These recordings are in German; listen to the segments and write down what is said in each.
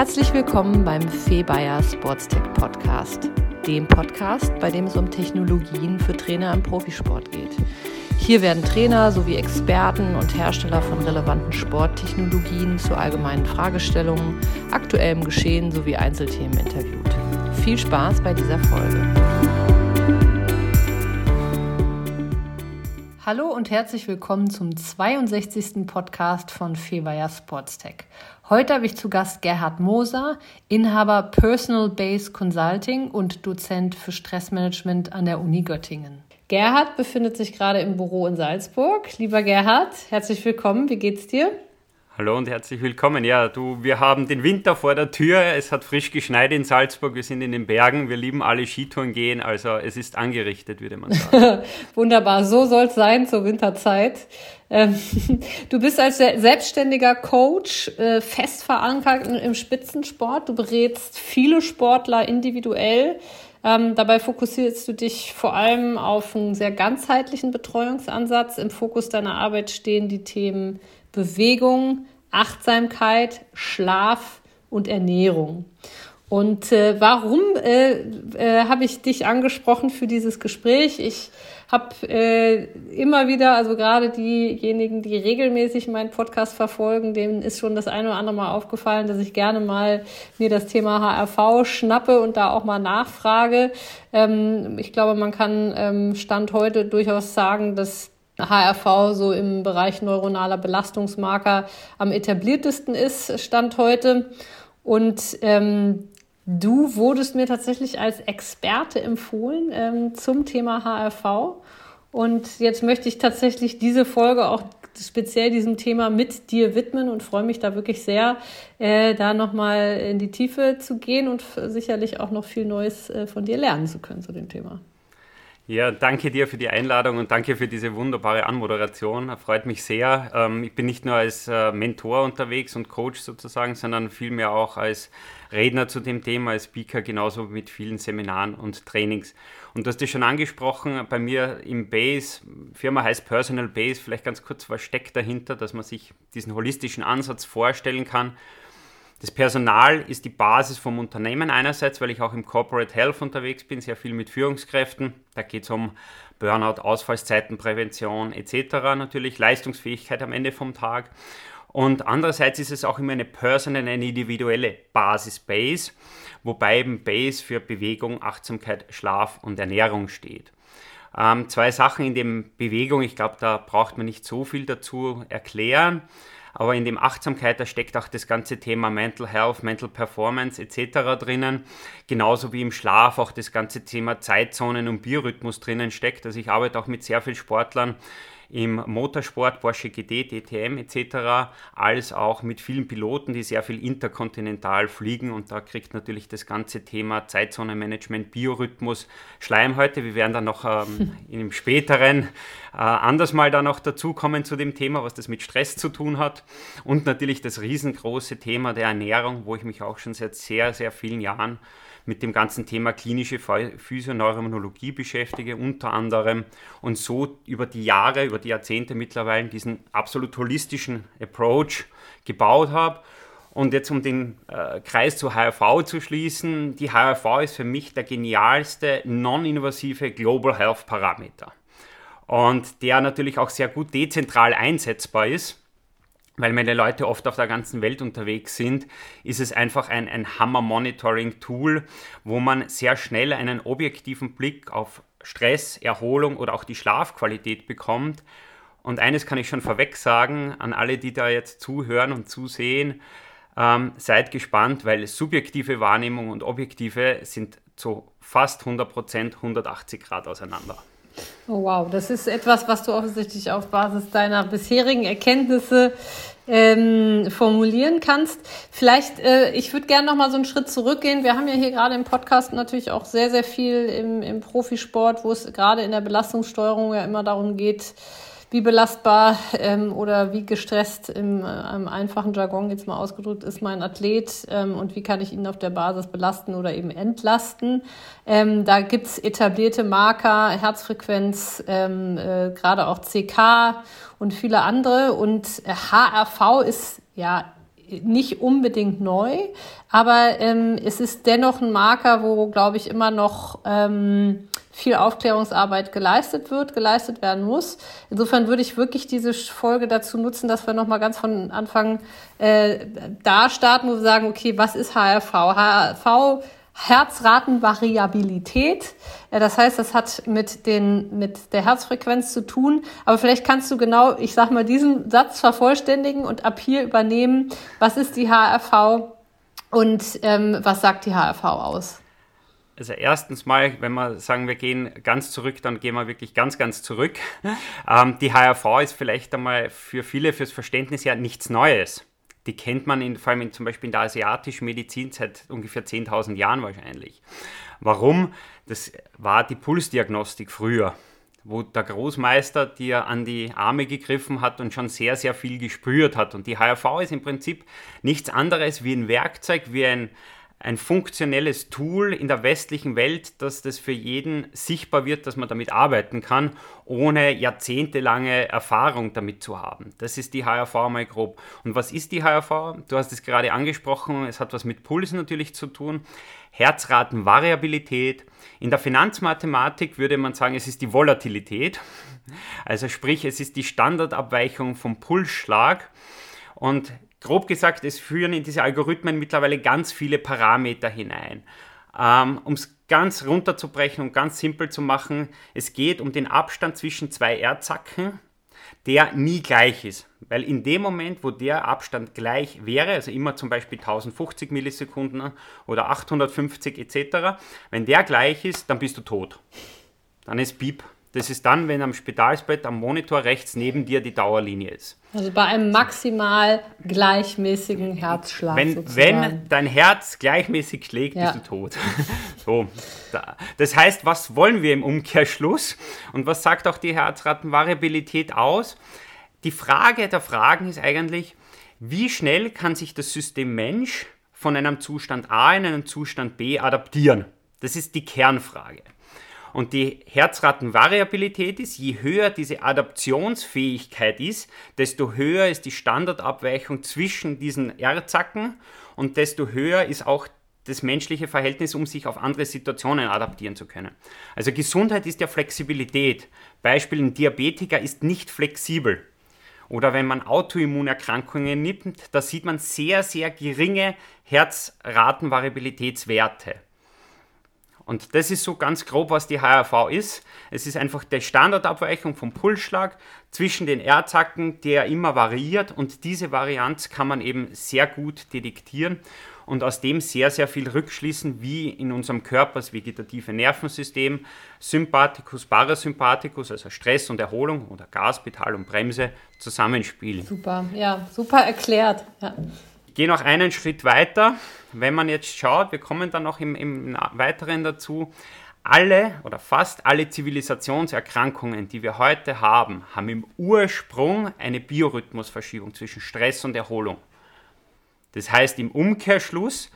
Herzlich willkommen beim Fee-Beyer Sportstech Podcast, dem Podcast, bei dem es um Technologien für Trainer im Profisport geht. Hier werden Trainer sowie Experten und Hersteller von relevanten Sporttechnologien zu allgemeinen Fragestellungen, aktuellem Geschehen sowie Einzelthemen interviewt. Viel Spaß bei dieser Folge. Hallo und herzlich willkommen zum 62. Podcast von Fee-Beyer Sportstech. Heute habe ich zu Gast Gerhard Moser, Inhaber Personal Base Consulting und Dozent für Stressmanagement an der Uni Göttingen. Gerhard befindet sich gerade im Büro in Salzburg. Lieber Gerhard, herzlich willkommen. Wie geht's dir? Hallo und herzlich willkommen. Ja, wir haben den Winter vor der Tür. Es hat frisch geschneit in Salzburg. Wir sind in den Bergen. Wir lieben alle Skitouren gehen. Also es ist angerichtet, würde man sagen. Wunderbar. So soll es sein zur Winterzeit. Du bist als selbstständiger Coach fest verankert im Spitzensport. Du berätst viele Sportler individuell. Dabei fokussierst du dich vor allem auf einen sehr ganzheitlichen Betreuungsansatz. Im Fokus deiner Arbeit stehen die Themen Bewegung, Achtsamkeit, Schlaf und Ernährung. Und warum habe ich dich angesprochen für dieses Gespräch? Ich habe immer wieder, also gerade diejenigen, die regelmäßig meinen Podcast verfolgen, denen ist schon das eine oder andere Mal aufgefallen, dass ich gerne mal mir das Thema HRV schnappe und da auch mal nachfrage. Ich glaube, man kann Stand heute durchaus sagen, dass HRV so im Bereich neuronaler Belastungsmarker am etabliertesten ist, Stand heute. Und du wurdest mir tatsächlich als Experte empfohlen zum Thema HRV. Und jetzt möchte ich tatsächlich diese Folge auch speziell diesem Thema mit dir widmen und freue mich da wirklich sehr, da nochmal in die Tiefe zu gehen und sicherlich auch noch viel Neues von dir lernen zu können zu dem Thema. Ja, danke dir für die Einladung und danke für diese wunderbare Anmoderation. Freut mich sehr. Ich bin nicht nur als Mentor unterwegs und Coach sozusagen, sondern vielmehr auch als Redner zu dem Thema, als Speaker, genauso mit vielen Seminaren und Trainings. Und du hast es schon angesprochen, bei mir im Base, Firma heißt Personal Base, vielleicht ganz kurz, was steckt dahinter, dass man sich diesen holistischen Ansatz vorstellen kann. Das Personal ist die Basis vom Unternehmen einerseits, weil ich auch im Corporate Health unterwegs bin, sehr viel mit Führungskräften. Da geht es um Burnout, Ausfallszeitenprävention etc. natürlich, Leistungsfähigkeit am Ende vom Tag. Und andererseits ist es auch immer eine personal, eine individuelle Basis-Base, wobei eben Base für Bewegung, Achtsamkeit, Schlaf und Ernährung steht. Zwei Sachen in dem Bewegung, ich glaube, da braucht man nicht so viel dazu erklären. Aber in dem Achtsamkeit, da steckt auch das ganze Thema Mental Health, Mental Performance etc. drinnen. Genauso wie im Schlaf auch das ganze Thema Zeitzonen und Biorhythmus drinnen steckt. Also ich arbeite auch mit sehr vielen Sportlern im Motorsport, Porsche GT, DTM etc., als auch mit vielen Piloten, die sehr viel interkontinental fliegen und da kriegt natürlich das ganze Thema Zeitzonenmanagement, Biorhythmus, Schleimhäute. Wir werden dann noch in einem späteren anders mal da noch dazukommen zu dem Thema, was das mit Stress zu tun hat und natürlich das riesengroße Thema der Ernährung, wo ich mich auch schon seit sehr, sehr vielen Jahren mit dem ganzen Thema klinische Physioneuroimmunologie beschäftige, unter anderem, und so über die Jahre, über die Jahrzehnte mittlerweile diesen absolut holistischen Approach gebaut habe. Und jetzt, um den Kreis zu HRV zu schließen, die HRV ist für mich der genialste non-invasive Global Health Parameter. Und der natürlich auch sehr gut dezentral einsetzbar ist. Weil meine Leute oft auf der ganzen Welt unterwegs sind, ist es einfach ein Hammer-Monitoring-Tool, wo man sehr schnell einen objektiven Blick auf Stress, Erholung oder auch die Schlafqualität bekommt. Und eines kann ich schon vorweg sagen, an alle, die da jetzt zuhören und zusehen, seid gespannt, weil subjektive Wahrnehmung und objektive sind zu fast 100%, 180 Grad auseinander. Oh wow, das ist etwas, was du offensichtlich auf Basis deiner bisherigen Erkenntnisse formulieren kannst. Vielleicht, ich würde gerne noch mal so einen Schritt zurückgehen. Wir haben ja hier gerade im Podcast natürlich auch sehr, sehr viel im Profisport, wo es gerade in der Belastungssteuerung ja immer darum geht, wie belastbar oder wie gestresst im einfachen Jargon jetzt mal ausgedrückt ist mein Athlet und wie kann ich ihn auf der Basis belasten oder eben entlasten. Da gibt's etablierte Marker, Herzfrequenz, gerade auch CK und viele andere. Und HRV ist ja nicht unbedingt neu, aber es ist dennoch ein Marker, wo, glaube ich, immer noch viel Aufklärungsarbeit geleistet werden muss. Insofern würde ich wirklich diese Folge dazu nutzen, dass wir nochmal ganz von Anfang da starten, wo wir sagen, okay, was ist HRV? HRV, Herzratenvariabilität. Das heißt, das hat mit der Herzfrequenz zu tun. Aber vielleicht kannst du genau, ich sag mal, diesen Satz vervollständigen und ab hier übernehmen. Was ist die HRV und was sagt die HRV aus? Also erstens mal, wenn wir sagen, wir gehen ganz zurück, dann gehen wir wirklich ganz, ganz zurück. Die HRV ist vielleicht einmal für viele, fürs Verständnis ja nichts Neues. Die kennt man vor allem zum Beispiel in der asiatischen Medizin seit ungefähr 10.000 Jahren wahrscheinlich. Warum? Das war die Pulsdiagnostik früher, wo der Großmeister dir an die Arme gegriffen hat und schon sehr, sehr viel gespürt hat. Und die HRV ist im Prinzip nichts anderes wie ein Werkzeug, wie ein funktionelles Tool in der westlichen Welt, dass das für jeden sichtbar wird, dass man damit arbeiten kann, ohne jahrzehntelange Erfahrung damit zu haben. Das ist die HRV mal grob. Und was ist die HRV? Du hast es gerade angesprochen, es hat was mit Puls natürlich zu tun. Herzratenvariabilität. In der Finanzmathematik würde man sagen, es ist die Volatilität. Also sprich, es ist die Standardabweichung vom Pulsschlag. Und grob gesagt, es führen in diese Algorithmen mittlerweile ganz viele Parameter hinein. Um es ganz runterzubrechen und ganz simpel zu machen, es geht um den Abstand zwischen zwei Erdzacken, der nie gleich ist. Weil in dem Moment, wo der Abstand gleich wäre, also immer zum Beispiel 1050 Millisekunden oder 850 etc., wenn der gleich ist, dann bist du tot. Dann ist Piep. Das ist dann, wenn am Spitalsbett am Monitor rechts neben dir die Dauerlinie ist. Also bei einem maximal gleichmäßigen Herzschlag. Wenn dein Herz gleichmäßig schlägt, bist du tot. So. Das heißt, was wollen wir im Umkehrschluss? Und was sagt auch die Herzratenvariabilität aus? Die Frage der Fragen ist eigentlich, wie schnell kann sich das System Mensch von einem Zustand A in einen Zustand B adaptieren? Das ist die Kernfrage. Und die Herzratenvariabilität ist, je höher diese Adaptionsfähigkeit ist, desto höher ist die Standardabweichung zwischen diesen Erdzacken und desto höher ist auch das menschliche Verhältnis, um sich auf andere Situationen adaptieren zu können. Also Gesundheit ist ja Flexibilität. Beispiel, ein Diabetiker ist nicht flexibel. Oder wenn man Autoimmunerkrankungen nimmt, da sieht man sehr, sehr geringe Herzratenvariabilitätswerte. Und das ist so ganz grob, was die HRV ist. Es ist einfach die Standardabweichung vom Pulsschlag zwischen den Erdzacken, der immer variiert. Und diese Varianz kann man eben sehr gut detektieren und aus dem sehr, sehr viel rückschließen, wie in unserem Körper das vegetative Nervensystem, Sympathikus, Parasympathikus, also Stress und Erholung oder Gas, Pedal und Bremse zusammenspielen. Super, ja, super erklärt. Ja. Ich gehe noch einen Schritt weiter. Wenn man jetzt schaut, wir kommen dann noch im Weiteren dazu, alle oder fast alle Zivilisationserkrankungen, die wir heute haben, haben im Ursprung eine Biorhythmusverschiebung zwischen Stress und Erholung. Das heißt im Umkehrschluss,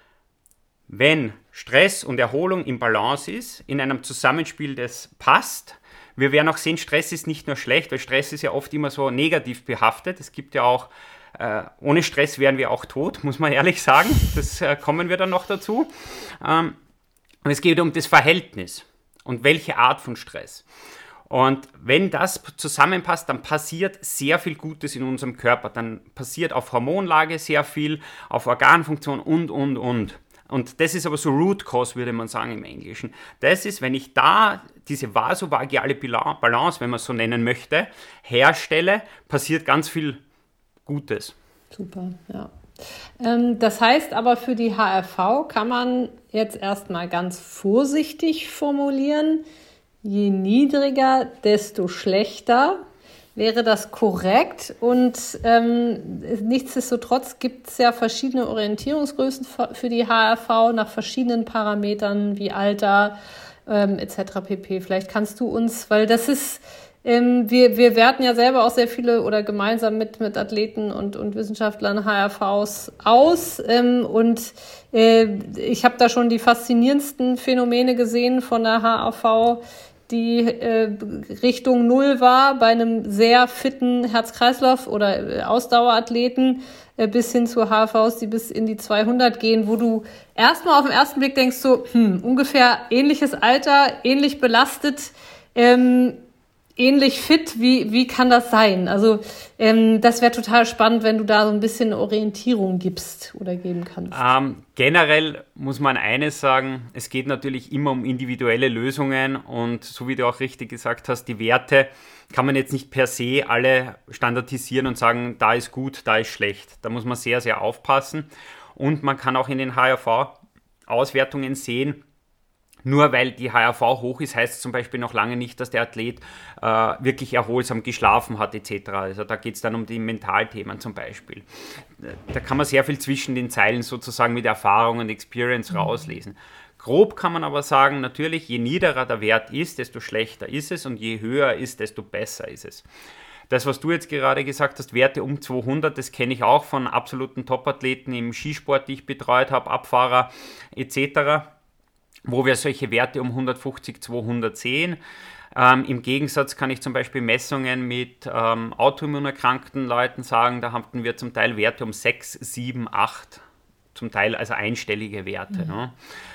wenn Stress und Erholung im Balance ist, in einem Zusammenspiel, das passt, wir werden auch sehen, Stress ist nicht nur schlecht, weil Stress ist ja oft immer so negativ behaftet. Es gibt ja auch ohne Stress wären wir auch tot, muss man ehrlich sagen. Das kommen wir dann noch dazu. Und es geht um das Verhältnis und welche Art von Stress. Und wenn das zusammenpasst, dann passiert sehr viel Gutes in unserem Körper. Dann passiert auf Hormonlage sehr viel, auf Organfunktion und. Und das ist aber so Root Cause, würde man sagen im Englischen. Das ist, wenn ich da diese vasovagiale Balance, wenn man es so nennen möchte, herstelle, passiert ganz viel Gutes. Super, ja. Das heißt aber für die HRV kann man jetzt erstmal ganz vorsichtig formulieren, je niedriger, desto schlechter. Wäre das korrekt? Und nichtsdestotrotz gibt es ja verschiedene Orientierungsgrößen für die HRV nach verschiedenen Parametern wie Alter etc. pp. Vielleicht kannst du uns, weil das ist wir werten ja selber auch sehr viele oder gemeinsam mit Athleten und Wissenschaftlern HRVs aus und ich habe da schon die faszinierendsten Phänomene gesehen von der HRV, die Richtung Null war, bei einem sehr fitten Herz-Kreislauf- oder Ausdauerathleten, bis hin zu HRVs, die bis in die 200 gehen, wo du erstmal auf den ersten Blick denkst, so ungefähr ähnliches Alter, ähnlich belastet, ähnlich fit, wie kann das sein? Also das wäre total spannend, wenn du da so ein bisschen Orientierung gibst oder geben kannst. Generell muss man eines sagen, es geht natürlich immer um individuelle Lösungen und so wie du auch richtig gesagt hast, die Werte kann man jetzt nicht per se alle standardisieren und sagen, da ist gut, da ist schlecht. Da muss man sehr, sehr aufpassen und man kann auch in den HRV-Auswertungen sehen, nur weil die HRV hoch ist, heißt es zum Beispiel noch lange nicht, dass der Athlet wirklich erholsam geschlafen hat etc. Also da geht es dann um die Mentalthemen zum Beispiel. Da kann man sehr viel zwischen den Zeilen sozusagen mit Erfahrung und Experience rauslesen. Grob kann man aber sagen, natürlich, je niedriger der Wert ist, desto schlechter ist es und je höher ist, desto besser ist es. Das, was du jetzt gerade gesagt hast, Werte um 200, das kenne ich auch von absoluten Top-Athleten im Skisport, die ich betreut habe, Abfahrer etc., wo wir solche Werte um 150, 200 sehen. Im Gegensatz kann ich zum Beispiel Messungen mit autoimmunerkrankten Leuten sagen, da hatten wir zum Teil Werte um 6, 7, 8, zum Teil also einstellige Werte. Ne?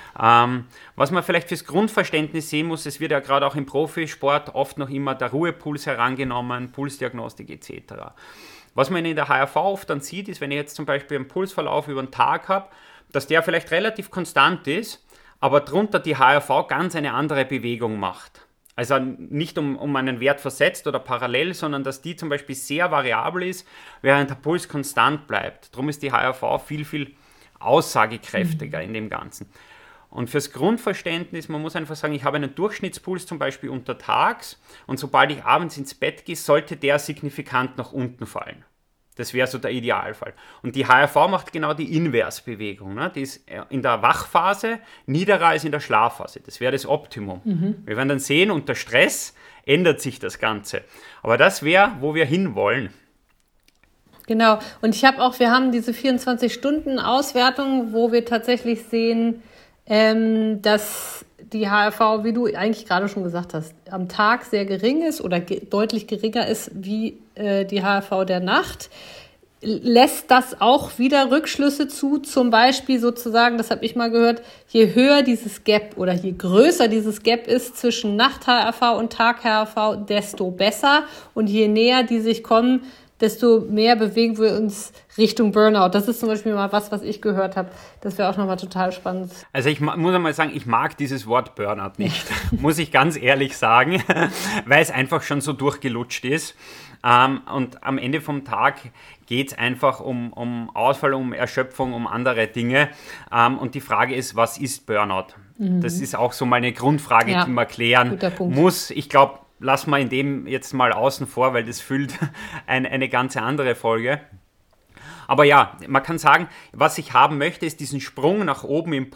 Was man vielleicht fürs Grundverständnis sehen muss, es wird ja gerade auch im Profisport oft noch immer der Ruhepuls herangenommen, Pulsdiagnostik etc. Was man in der HRV oft dann sieht, ist, wenn ich jetzt zum Beispiel einen Pulsverlauf über den Tag habe, dass der vielleicht relativ konstant ist, aber drunter die HRV ganz eine andere Bewegung macht. Also nicht um einen Wert versetzt oder parallel, sondern dass die zum Beispiel sehr variabel ist, während der Puls konstant bleibt. Darum ist die HRV viel, viel aussagekräftiger in dem Ganzen. Und fürs Grundverständnis, man muss einfach sagen, ich habe einen Durchschnittspuls zum Beispiel untertags und sobald ich abends ins Bett gehe, sollte der signifikant nach unten fallen. Das wäre so der Idealfall. Und die HRV macht genau die Inversbewegung. Ne? Die ist in der Wachphase niedriger als in der Schlafphase. Das wäre das Optimum. Wir werden dann sehen, unter Stress ändert sich das Ganze. Aber das wäre, wo wir hinwollen. Genau. Und wir haben diese 24-Stunden-Auswertung, wo wir tatsächlich sehen, dass die HRV, wie du eigentlich gerade schon gesagt hast, am Tag sehr gering ist oder deutlich geringer ist wie die HRV der Nacht. Lässt das auch wieder Rückschlüsse zu, zum Beispiel sozusagen, das habe ich mal gehört, je höher dieses Gap oder je größer dieses Gap ist zwischen Nacht-HRV und Tag-HRV, desto besser und je näher die sich kommen, desto mehr bewegen wir uns Richtung Burnout. Das ist zum Beispiel mal was ich gehört habe. Das wäre auch nochmal total spannend. Also ich muss einmal sagen, ich mag dieses Wort Burnout nicht, muss ich ganz ehrlich sagen, weil es einfach schon so durchgelutscht ist. Und am Ende vom Tag geht es einfach um Ausfall, um Erschöpfung, um andere Dinge. Und die Frage ist, was ist Burnout? Das ist auch so mal eine Grundfrage, die man klären muss. Ich glaube, lassen wir in dem jetzt mal außen vor, weil das füllt eine ganz andere Folge. Aber ja, man kann sagen, was ich haben möchte, ist diesen Sprung nach oben in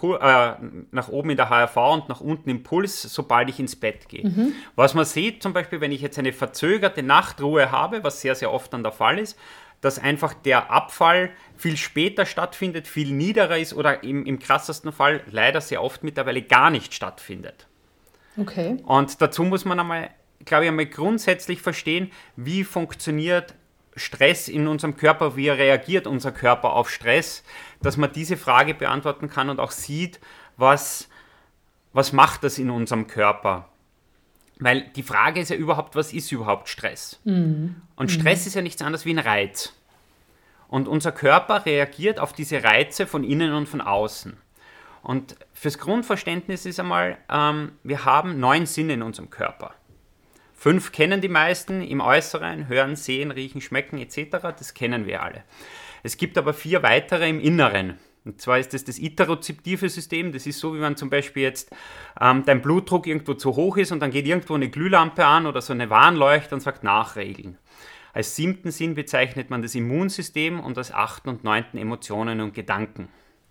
der HRV und nach unten im Puls, sobald ich ins Bett gehe. Was man sieht, zum Beispiel, wenn ich jetzt eine verzögerte Nachtruhe habe, was sehr, sehr oft dann der Fall ist, dass einfach der Abfall viel später stattfindet, viel niedriger ist oder im krassesten Fall leider sehr oft mittlerweile gar nicht stattfindet. Okay. Und dazu muss man glaube ich, einmal grundsätzlich verstehen, wie funktioniert Stress in unserem Körper, wie reagiert unser Körper auf Stress, dass man diese Frage beantworten kann und auch sieht, was macht das in unserem Körper. Weil die Frage ist ja überhaupt, was ist überhaupt Stress? Und Stress ist ja nichts anderes wie ein Reiz. Und unser Körper reagiert auf diese Reize von innen und von außen. Und fürs Grundverständnis ist einmal, wir haben 9 Sinne in unserem Körper. 5 kennen die meisten im Äußeren, hören, sehen, riechen, schmecken etc. Das kennen wir alle. Es gibt aber 4 weitere im Inneren. Und zwar ist das interozeptive System. Das ist so, wie wenn zum Beispiel jetzt dein Blutdruck irgendwo zu hoch ist und dann geht irgendwo eine Glühlampe an oder so eine Warnleuchte und sagt nachregeln. Als 7. Sinn bezeichnet man das Immunsystem und als 8. und 9. Emotionen und Gedanken.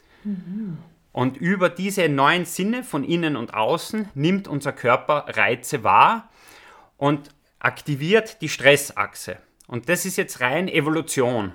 Und über diese 9 Sinne von innen und außen nimmt unser Körper Reize wahr und aktiviert die Stressachse. Und das ist jetzt rein Evolution.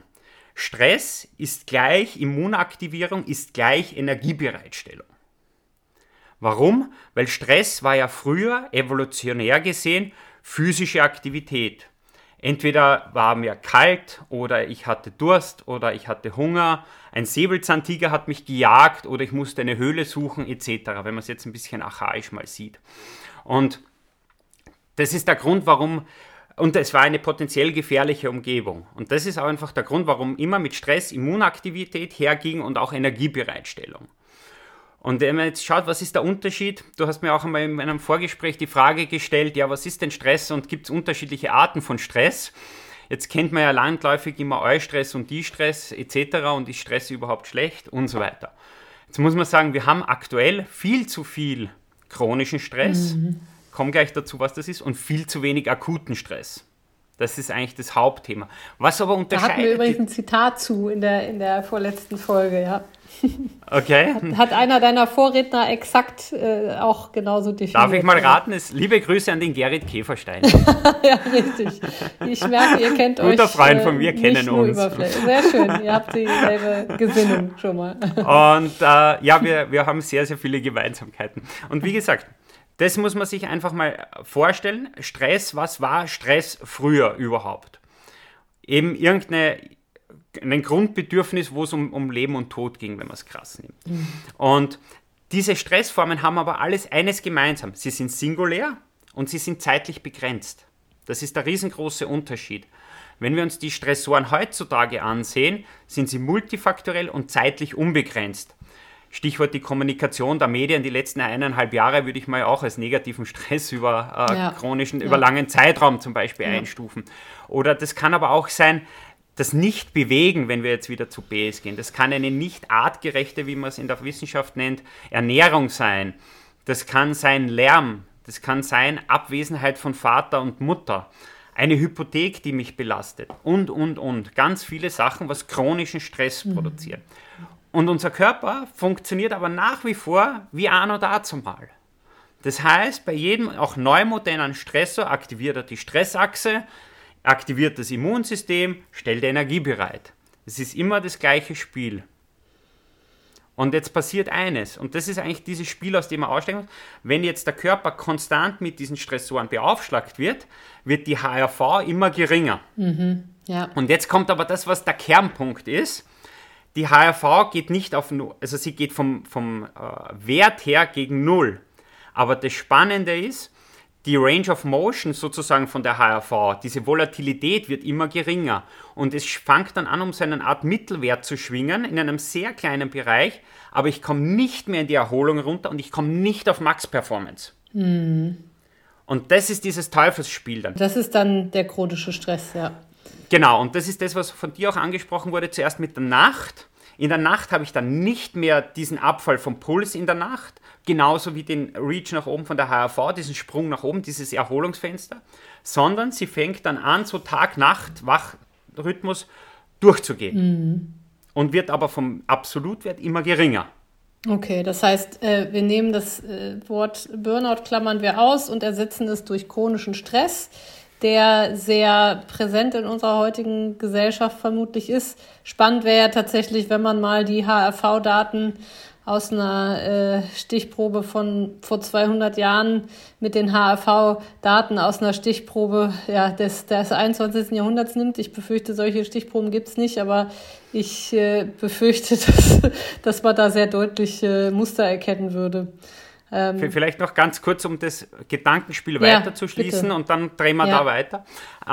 Stress ist gleich Immunaktivierung, ist gleich Energiebereitstellung. Warum? Weil Stress war ja früher evolutionär gesehen physische Aktivität. Entweder war mir kalt oder ich hatte Durst oder ich hatte Hunger, ein Säbelzahntiger hat mich gejagt oder ich musste eine Höhle suchen etc., wenn man es jetzt ein bisschen archaisch mal sieht. Und das ist der Grund, warum, und es war eine potenziell gefährliche Umgebung. Und das ist auch einfach der Grund, warum immer mit Stress Immunaktivität herging und auch Energiebereitstellung. Und wenn man jetzt schaut, was ist der Unterschied? Du hast mir auch einmal in einem Vorgespräch die Frage gestellt, ja, was ist denn Stress und gibt es unterschiedliche Arten von Stress? Jetzt kennt man ja landläufig immer Eustress und Distress etc. und ist Stress überhaupt schlecht und so weiter. Jetzt muss man sagen, wir haben aktuell viel zu viel chronischen Stress, komme gleich dazu, was das ist, und viel zu wenig akuten Stress. Das ist eigentlich das Hauptthema. Was aber unterscheidet... Da hatten wir übrigens ein Zitat zu in der vorletzten Folge, ja. Okay. Hat einer deiner Vorredner exakt auch genauso definiert. Darf ich mal raten? Liebe Grüße an den Gerrit Käferstein. Ja, richtig. Ich merke, ihr kennt euch Guter Freund von mir, kennen nicht nur uns. Sehr schön, ihr habt dieselbe Gesinnung schon mal. Und wir haben sehr, sehr viele Gemeinsamkeiten. Und wie gesagt, das muss man sich einfach mal vorstellen. Stress, was war Stress früher überhaupt? Eben ein Grundbedürfnis, wo es um Leben und Tod ging, wenn man es krass nimmt. Und diese Stressformen haben aber alles eines gemeinsam. Sie sind singulär und sie sind zeitlich begrenzt. Das ist der riesengroße Unterschied. Wenn wir uns die Stressoren heutzutage ansehen, sind sie multifaktoriell und zeitlich unbegrenzt. Stichwort die Kommunikation der Medien die letzten 1,5 Jahre würde ich mal auch als negativen Stress über über langen Zeitraum zum Beispiel einstufen. Oder das kann aber auch sein, das Nicht-Bewegen, wenn wir jetzt wieder zu BS gehen. Das kann eine nicht artgerechte, wie man es in der Wissenschaft nennt, Ernährung sein. Das kann sein Lärm. Das kann sein Abwesenheit von Vater und Mutter. Eine Hypothek, die mich belastet. Und. Ganz viele Sachen, was chronischen Stress produziert. Und unser Körper funktioniert aber nach wie vor wie anno dazumal. Das heißt, bei jedem auch neu modernen Stressor aktiviert er die Stressachse, aktiviert das Immunsystem, stellt Energie bereit. Es ist immer das gleiche Spiel. Und jetzt passiert eines, und das ist eigentlich dieses Spiel, aus dem man aussteigen muss. Wenn jetzt der Körper konstant mit diesen Stressoren beaufschlagt wird, wird die HRV immer geringer. Ja. Und jetzt kommt aber das, was der Kernpunkt ist. Die HRV geht nicht auf 0, also sie geht vom Wert her gegen 0. Aber das Spannende ist, die Range of Motion sozusagen von der HRV, diese Volatilität wird immer geringer. Und es fängt dann an, um so eine Art Mittelwert zu schwingen, in einem sehr kleinen Bereich, aber ich komme nicht mehr in die Erholung runter und ich komme nicht auf Max-Performance. Und das ist dieses Teufelsspiel dann. Das ist dann der chronische Stress, ja. Genau, und das ist das, was von dir auch angesprochen wurde, zuerst mit der Nacht. In der Nacht habe ich dann nicht mehr diesen Abfall vom Puls in der Nacht, genauso wie den Reach nach oben von der HRV, diesen Sprung nach oben, dieses Erholungsfenster, sondern sie fängt dann an, so Tag-Nacht-Wach-Rhythmus durchzugehen und wird aber vom Absolutwert immer geringer. Okay, das heißt, wir nehmen das Wort Burnout, klammern wir aus und ersetzen es durch chronischen Stress, der sehr präsent in unserer heutigen Gesellschaft vermutlich ist. Spannend wäre ja tatsächlich, wenn man mal die HRV-Daten aus einer Stichprobe von vor 200 Jahren mit den HRV-Daten aus einer Stichprobe des 21. Jahrhunderts nimmt. Ich befürchte, solche Stichproben gibt es nicht, aber ich befürchte, dass man da sehr deutlich Muster erkennen würde. Vielleicht noch ganz kurz, um das Gedankenspiel weiterzuschließen, bitte. Und dann drehen wir da weiter.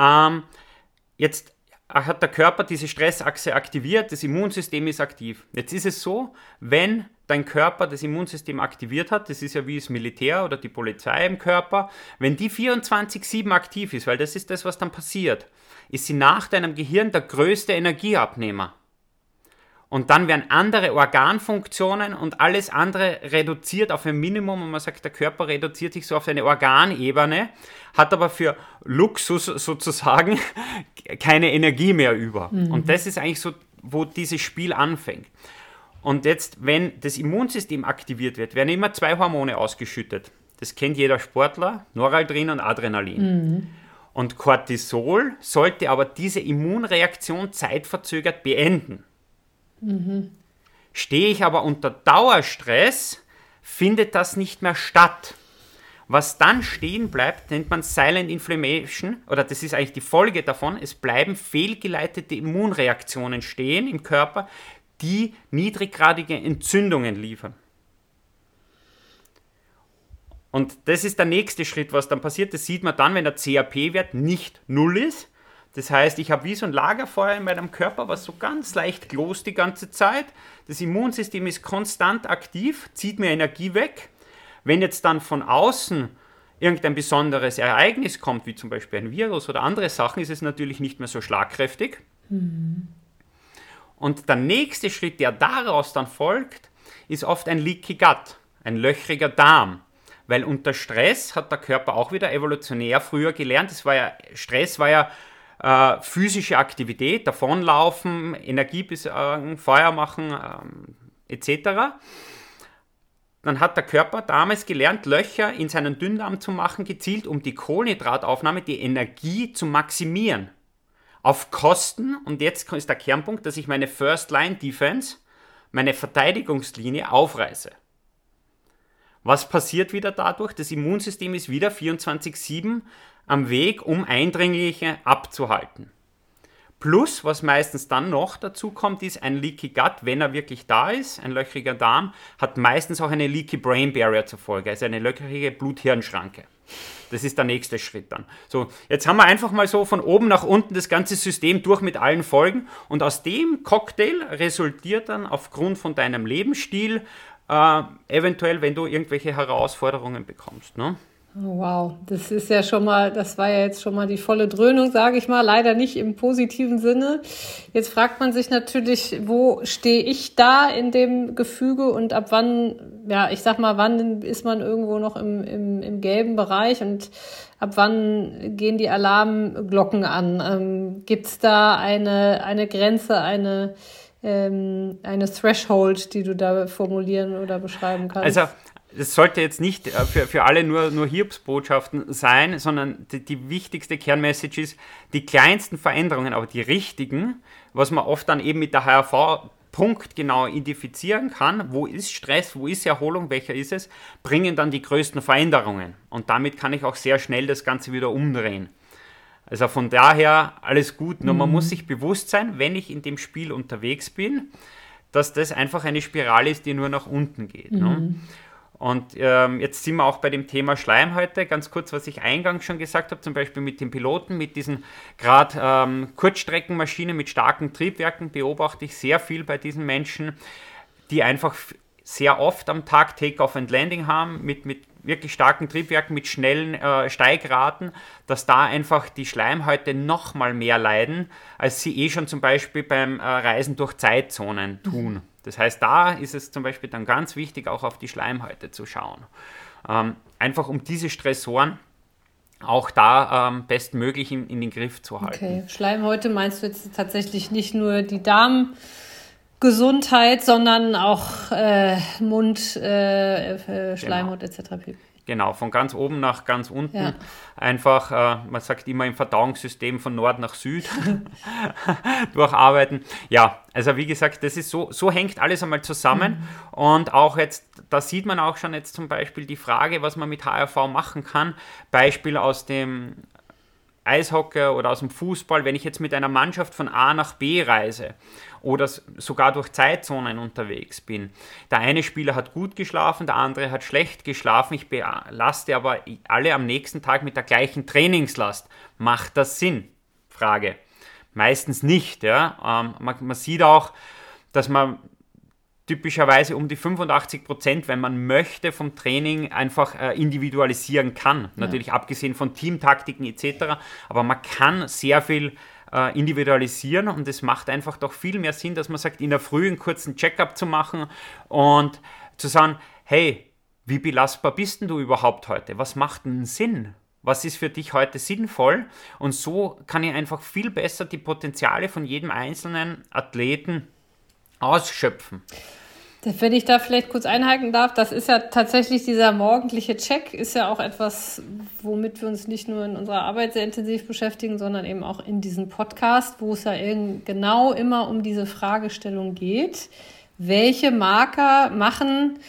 Jetzt hat der Körper diese Stressachse aktiviert, das Immunsystem ist aktiv. Jetzt ist es so, wenn dein Körper das Immunsystem aktiviert hat, das ist ja wie das Militär oder die Polizei im Körper, wenn die 24/7 aktiv ist, weil das ist das, was dann passiert, ist sie nach deinem Gehirn der größte Energieabnehmer. Und dann werden andere Organfunktionen und alles andere reduziert auf ein Minimum und man sagt, der Körper reduziert sich so auf eine Organebene, hat aber für Luxus sozusagen keine Energie mehr über. Und das ist eigentlich so, wo dieses Spiel anfängt. Und jetzt, wenn das Immunsystem aktiviert wird, werden immer 2 Hormone ausgeschüttet. Das kennt jeder Sportler, Noradrenalin und Adrenalin. Und Cortisol sollte aber diese Immunreaktion zeitverzögert beenden. Stehe ich aber unter Dauerstress, findet das nicht mehr statt. Was dann stehen bleibt, nennt man Silent Inflammation, oder das ist eigentlich die Folge davon, es bleiben fehlgeleitete Immunreaktionen stehen im Körper, die niedriggradige Entzündungen liefern. Und das ist der nächste Schritt, was dann passiert. Das sieht man dann, wenn der CRP-Wert nicht 0 ist. Das heißt, ich habe wie so ein Lagerfeuer in meinem Körper, was so ganz leicht glost die ganze Zeit. Das Immunsystem ist konstant aktiv, zieht mir Energie weg. Wenn jetzt dann von außen irgendein besonderes Ereignis kommt, wie zum Beispiel ein Virus oder andere Sachen, ist es natürlich nicht mehr so schlagkräftig. Und der nächste Schritt, der daraus dann folgt, ist oft ein Leaky Gut, ein löchriger Darm. Weil unter Stress hat der Körper auch wieder evolutionär früher gelernt. Stress war ja physische Aktivität, davonlaufen, Energie besorgen, Feuer machen, etc. Dann hat der Körper damals gelernt, Löcher in seinen Dünndarm zu machen, gezielt, um die Kohlenhydrataufnahme, die Energie zu maximieren. Auf Kosten, und jetzt ist der Kernpunkt, dass ich meine First-Line-Defense, meine Verteidigungslinie aufreiße. Was passiert wieder dadurch? Das Immunsystem ist wieder 24/7 am Weg, um Eindringliche abzuhalten. Plus, was meistens dann noch dazu kommt, ist ein Leaky Gut, wenn er wirklich da ist, ein löchriger Darm, hat meistens auch eine Leaky Brain Barrier zur Folge, also eine löchrige Blut-Hirn-Schranke. Das ist der nächste Schritt dann. So, jetzt haben wir einfach mal so von oben nach unten das ganze System durch mit allen Folgen und aus dem Cocktail resultiert dann aufgrund von deinem Lebensstil eventuell, wenn du irgendwelche Herausforderungen bekommst, ne? Oh, wow, das war ja jetzt schon mal die volle Dröhnung, sage ich mal, leider nicht im positiven Sinne. Jetzt fragt man sich natürlich, wo stehe ich da in dem Gefüge und ab wann, ja, ich sag mal, wann ist man irgendwo noch im gelben Bereich und ab wann gehen die Alarmglocken an? Gibt's da eine Grenze, eine Threshold, die du da formulieren oder beschreiben kannst? Also, das sollte jetzt nicht für alle nur Hiobsbotschaften sein, sondern die wichtigste Kernmessage ist, die kleinsten Veränderungen, aber die richtigen, was man oft dann eben mit der HRV punktgenau identifizieren kann, wo ist Stress, wo ist Erholung, welcher ist es, bringen dann die größten Veränderungen. Und damit kann ich auch sehr schnell das Ganze wieder umdrehen. Also von daher alles gut, nur man muss sich bewusst sein, wenn ich in dem Spiel unterwegs bin, dass das einfach eine Spirale ist, die nur nach unten geht. Ne? Und jetzt sind wir auch bei dem Thema Schleimhäute. Ganz kurz, was ich eingangs schon gesagt habe, zum Beispiel mit den Piloten, mit diesen gerade Kurzstreckenmaschinen mit starken Triebwerken beobachte ich sehr viel bei diesen Menschen, die einfach sehr oft am Tag Take-Off and Landing haben, mit wirklich starken Triebwerken, mit schnellen Steigraten, dass da einfach die Schleimhäute noch mal mehr leiden, als sie schon zum Beispiel beim Reisen durch Zeitzonen tun. Das heißt, da ist es zum Beispiel dann ganz wichtig, auch auf die Schleimhäute zu schauen. Einfach um diese Stressoren auch da bestmöglich in den Griff zu halten. Okay, Schleimhäute meinst du jetzt tatsächlich nicht nur die Darmgesundheit, sondern auch Mund, Schleimhaut etc. Genau, von ganz oben nach ganz unten. Einfach, man sagt immer im Verdauungssystem von Nord nach Süd durcharbeiten. Ja, also wie gesagt, das ist so hängt alles einmal zusammen. Und auch jetzt, da sieht man auch schon jetzt zum Beispiel die Frage, was man mit HRV machen kann. Beispiel aus dem Eishockey oder aus dem Fußball, wenn ich jetzt mit einer Mannschaft von A nach B reise oder sogar durch Zeitzonen unterwegs bin. Der eine Spieler hat gut geschlafen, der andere hat schlecht geschlafen. Ich belaste aber alle am nächsten Tag mit der gleichen Trainingslast. Macht das Sinn? Frage. Meistens nicht. Ja? Man sieht auch, dass man typischerweise um die 85%, wenn man möchte, vom Training einfach individualisieren kann. Natürlich abgesehen von Teamtaktiken etc. Aber man kann sehr viel individualisieren und es macht einfach doch viel mehr Sinn, dass man sagt, in der Früh einen kurzen Check-up zu machen und zu sagen, hey, wie belastbar bist denn du überhaupt heute? Was macht denn Sinn? Was ist für dich heute sinnvoll? Und so kann ich einfach viel besser die Potenziale von jedem einzelnen Athleten ausschöpfen. Wenn ich da vielleicht kurz einhaken darf, das ist ja tatsächlich dieser morgendliche Check, ist ja auch etwas, womit wir uns nicht nur in unserer Arbeit sehr intensiv beschäftigen, sondern eben auch in diesem Podcast, wo es ja genau immer um diese Fragestellung geht. Welche Marker machen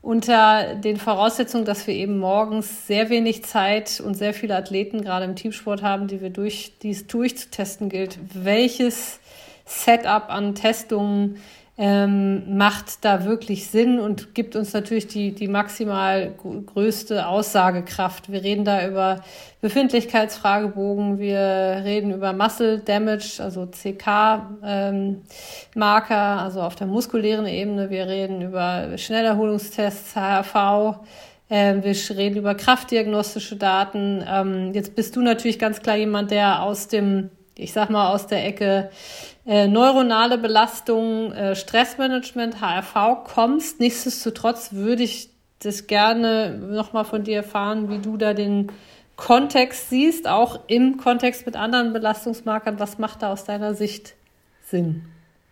unter den Voraussetzungen, dass wir eben morgens sehr wenig Zeit und sehr viele Athleten gerade im Teamsport haben, die es durchzutesten gilt. Welches Setup an Testungen macht da wirklich Sinn und gibt uns natürlich die maximal größte Aussagekraft. Wir reden da über Befindlichkeitsfragebogen, wir reden über Muscle Damage, also CK-Marker, also auf der muskulären Ebene. Wir reden über Schnellerholungstests, HRV. Wir reden über kraftdiagnostische Daten. Jetzt bist du natürlich ganz klar jemand, der aus der Ecke neuronale Belastung, Stressmanagement, HRV kommst. Nichtsdestotrotz würde ich das gerne nochmal von dir erfahren, wie du da den Kontext siehst, auch im Kontext mit anderen Belastungsmarkern. Was macht da aus deiner Sicht Sinn?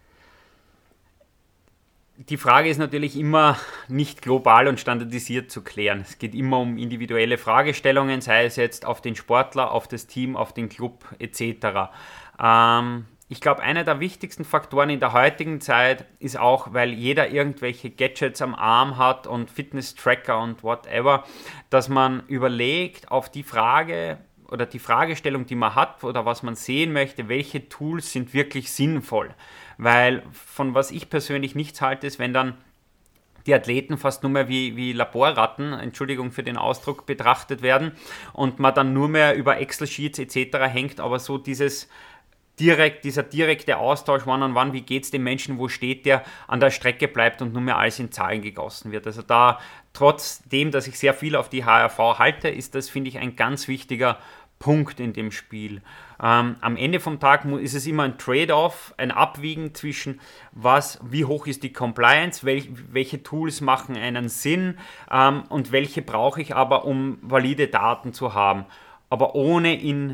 Die Frage ist natürlich immer nicht global und standardisiert zu klären. Es geht immer um individuelle Fragestellungen, sei es jetzt auf den Sportler, auf das Team, auf den Club etc. Ich glaube, einer der wichtigsten Faktoren in der heutigen Zeit ist auch, weil jeder irgendwelche Gadgets am Arm hat und Fitness-Tracker und whatever, dass man überlegt auf die Frage oder die Fragestellung, die man hat oder was man sehen möchte, welche Tools sind wirklich sinnvoll. Weil von was ich persönlich nichts halte, ist, wenn dann die Athleten fast nur mehr wie Laborratten, Entschuldigung für den Ausdruck, betrachtet werden und man dann nur mehr über Excel-Sheets etc. hängt, aber so dieser direkte Austausch One-on-One, wie geht es dem Menschen, wo steht der, an der Strecke bleibt und nur mehr alles in Zahlen gegossen wird. Also da, trotzdem, dass ich sehr viel auf die HRV halte, ist das, finde ich, ein ganz wichtiger Punkt in dem Spiel. Am Ende vom Tag ist es immer ein Trade-off, ein Abwiegen zwischen wie hoch ist die Compliance, welche Tools machen einen Sinn und welche brauche ich aber, um valide Daten zu haben. Aber ohne in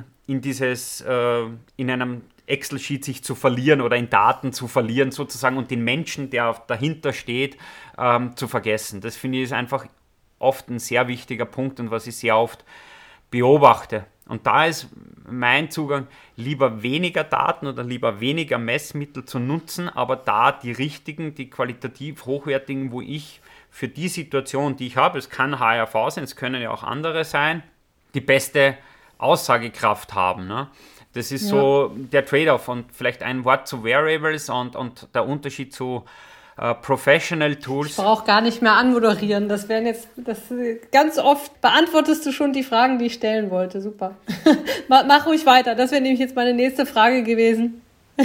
einem Excel-Sheet sich zu verlieren oder in Daten zu verlieren sozusagen und den Menschen, der dahinter steht, zu vergessen. Das finde ich ist einfach oft ein sehr wichtiger Punkt und was ich sehr oft beobachte. Und da ist mein Zugang, lieber weniger Daten oder lieber weniger Messmittel zu nutzen, aber da die richtigen, die qualitativ hochwertigen, wo ich für die Situation, die ich habe, es kann HRV sein, es können ja auch andere sein, die beste Aussagekraft haben. Ne? Das ist so der Trade-off und vielleicht ein Wort zu Variables und der Unterschied zu Professional Tools. Ich brauche gar nicht mehr anmoderieren. Ganz oft beantwortest du schon die Fragen, die ich stellen wollte. Super. Mach ruhig weiter. Das wäre nämlich jetzt meine nächste Frage gewesen.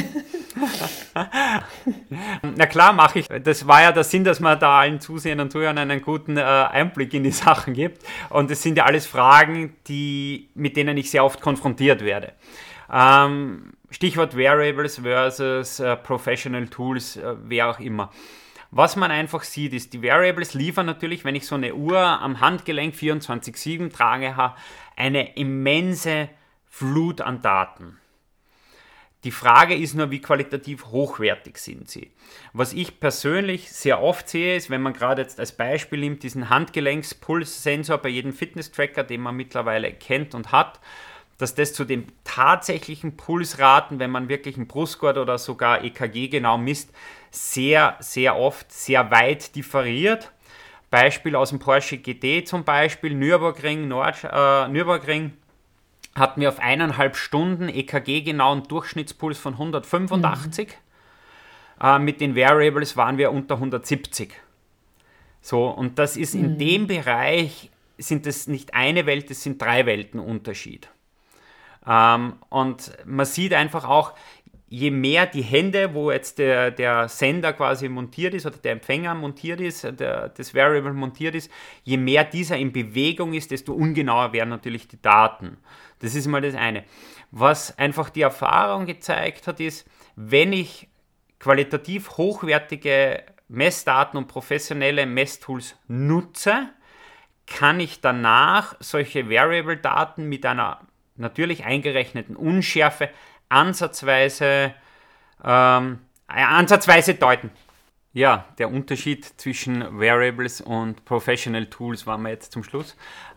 Na klar, mache ich. Das war ja der Sinn, dass man da allen Zusehern und Zuhörern einen guten Einblick in die Sachen gibt. Und es sind ja alles Fragen, mit denen ich sehr oft konfrontiert werde. Stichwort Variables versus Professional Tools, wer auch immer. Was man einfach sieht, ist, die Variables liefern natürlich, wenn ich so eine Uhr am Handgelenk 24/7 trage, eine immense Flut an Daten. Die Frage ist nur, wie qualitativ hochwertig sind sie. Was ich persönlich sehr oft sehe, ist, wenn man gerade jetzt als Beispiel nimmt, diesen Handgelenkspulssensor bei jedem Fitness-Tracker, den man mittlerweile kennt und hat, dass das zu den tatsächlichen Pulsraten, wenn man wirklich einen Brustgurt oder sogar EKG genau misst, sehr, sehr oft sehr weit differiert. Beispiel aus dem Porsche GT zum Beispiel, Nürburgring hatten wir auf 1,5 Stunden EKG-genauen Durchschnittspuls von 185. Mit den Variables waren wir unter 170. So, und das ist in dem Bereich, sind das nicht eine Welt, das sind 3 Welten Unterschied. Und man sieht einfach auch, je mehr die Hände, wo jetzt der Sender quasi montiert ist oder der Empfänger montiert ist, das Variable montiert ist, je mehr dieser in Bewegung ist, desto ungenauer werden natürlich die Daten. Das ist mal das eine. Was einfach die Erfahrung gezeigt hat, ist, wenn ich qualitativ hochwertige Messdaten und professionelle Messtools nutze, kann ich danach solche Variable-Daten mit einer natürlich eingerechneten Unschärfe ansatzweise deuten. Ja, der Unterschied zwischen Variables und Professional Tools waren wir jetzt zum Schluss.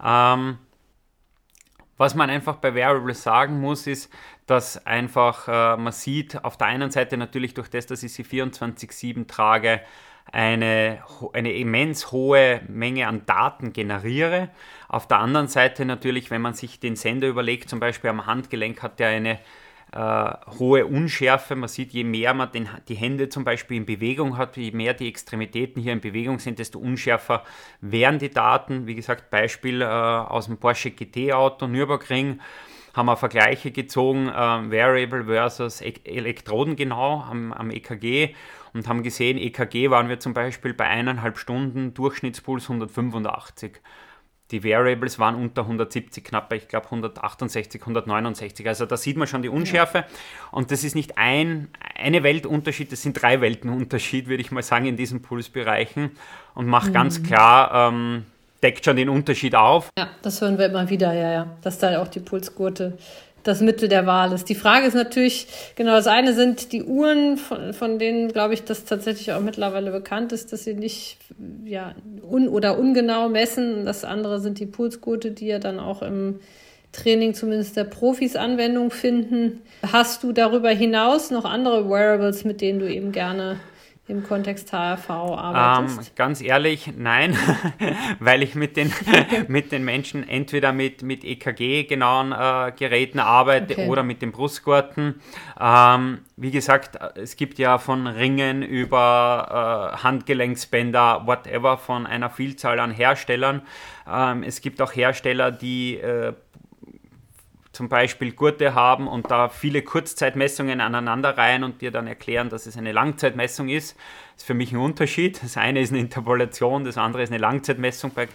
Was man einfach bei Variables sagen muss, ist, dass einfach man sieht, auf der einen Seite natürlich durch das, dass ich sie 24/7 trage, eine immens hohe Menge an Daten generiere. Auf der anderen Seite natürlich, wenn man sich den Sender überlegt, zum Beispiel am Handgelenk hat der eine hohe Unschärfe. Man sieht, je mehr man die Hände zum Beispiel in Bewegung hat, je mehr die Extremitäten hier in Bewegung sind, desto unschärfer werden die Daten. Wie gesagt, Beispiel aus dem Porsche GT-Auto, Nürburgring, haben wir Vergleiche gezogen, Variable versus Elektroden genau am EKG und haben gesehen, EKG waren wir zum Beispiel bei 1,5 Stunden, Durchschnittspuls 185. Die Variables waren unter 170, knapp bei, ich glaube, 168, 169. Also da sieht man schon die Unschärfe. Ja. Und das ist nicht eine Weltunterschied, das sind 3 Weltenunterschied, würde ich mal sagen, in diesen Pulsbereichen. Und macht ganz klar, deckt schon den Unterschied auf. Ja, das hören wir immer wieder, ja. Dass da auch die Pulsgurte das Mittel der Wahl ist. Die Frage ist natürlich, genau, das eine sind die Uhren, von denen, glaube ich, das tatsächlich auch mittlerweile bekannt ist, dass sie nicht ungenau messen. Das andere sind die Pulsgurte, die ja dann auch im Training zumindest der Profis Anwendung finden. Hast du darüber hinaus noch andere Wearables, mit denen du eben gerne im Kontext HRV arbeitest? Ganz ehrlich, nein, weil ich mit den Menschen entweder mit EKG-genauen Geräten arbeite oder mit den Brustgurten. Wie gesagt, es gibt ja von Ringen über Handgelenksbänder, whatever, von einer Vielzahl an Herstellern. Es gibt auch Hersteller, die zum Beispiel Gurte haben und da viele Kurzzeitmessungen aneinanderreihen und dir dann erklären, dass es eine Langzeitmessung ist. Das ist für mich ein Unterschied. Das eine ist eine Interpolation, das andere ist eine Langzeitmessung bei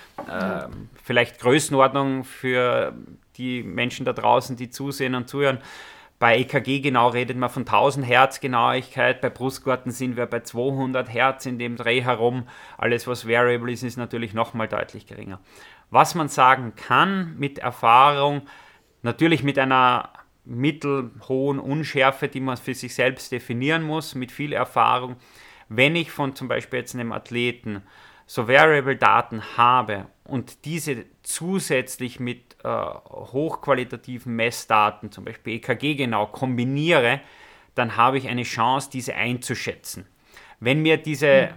vielleicht Größenordnung für die Menschen da draußen, die zusehen und zuhören. Bei EKG genau redet man von 1000 Hertz Genauigkeit, bei Brustgurten sind wir bei 200 Hertz in dem Dreh herum. Alles, was variable ist, ist natürlich nochmal deutlich geringer. Was man sagen kann mit Erfahrung, natürlich mit einer mittelhohen Unschärfe, die man für sich selbst definieren muss, mit viel Erfahrung. Wenn ich von zum Beispiel jetzt einem Athleten so Variable-Daten habe und diese zusätzlich mit hochqualitativen Messdaten, zum Beispiel EKG genau, kombiniere, dann habe ich eine Chance, diese einzuschätzen. Wenn mir diese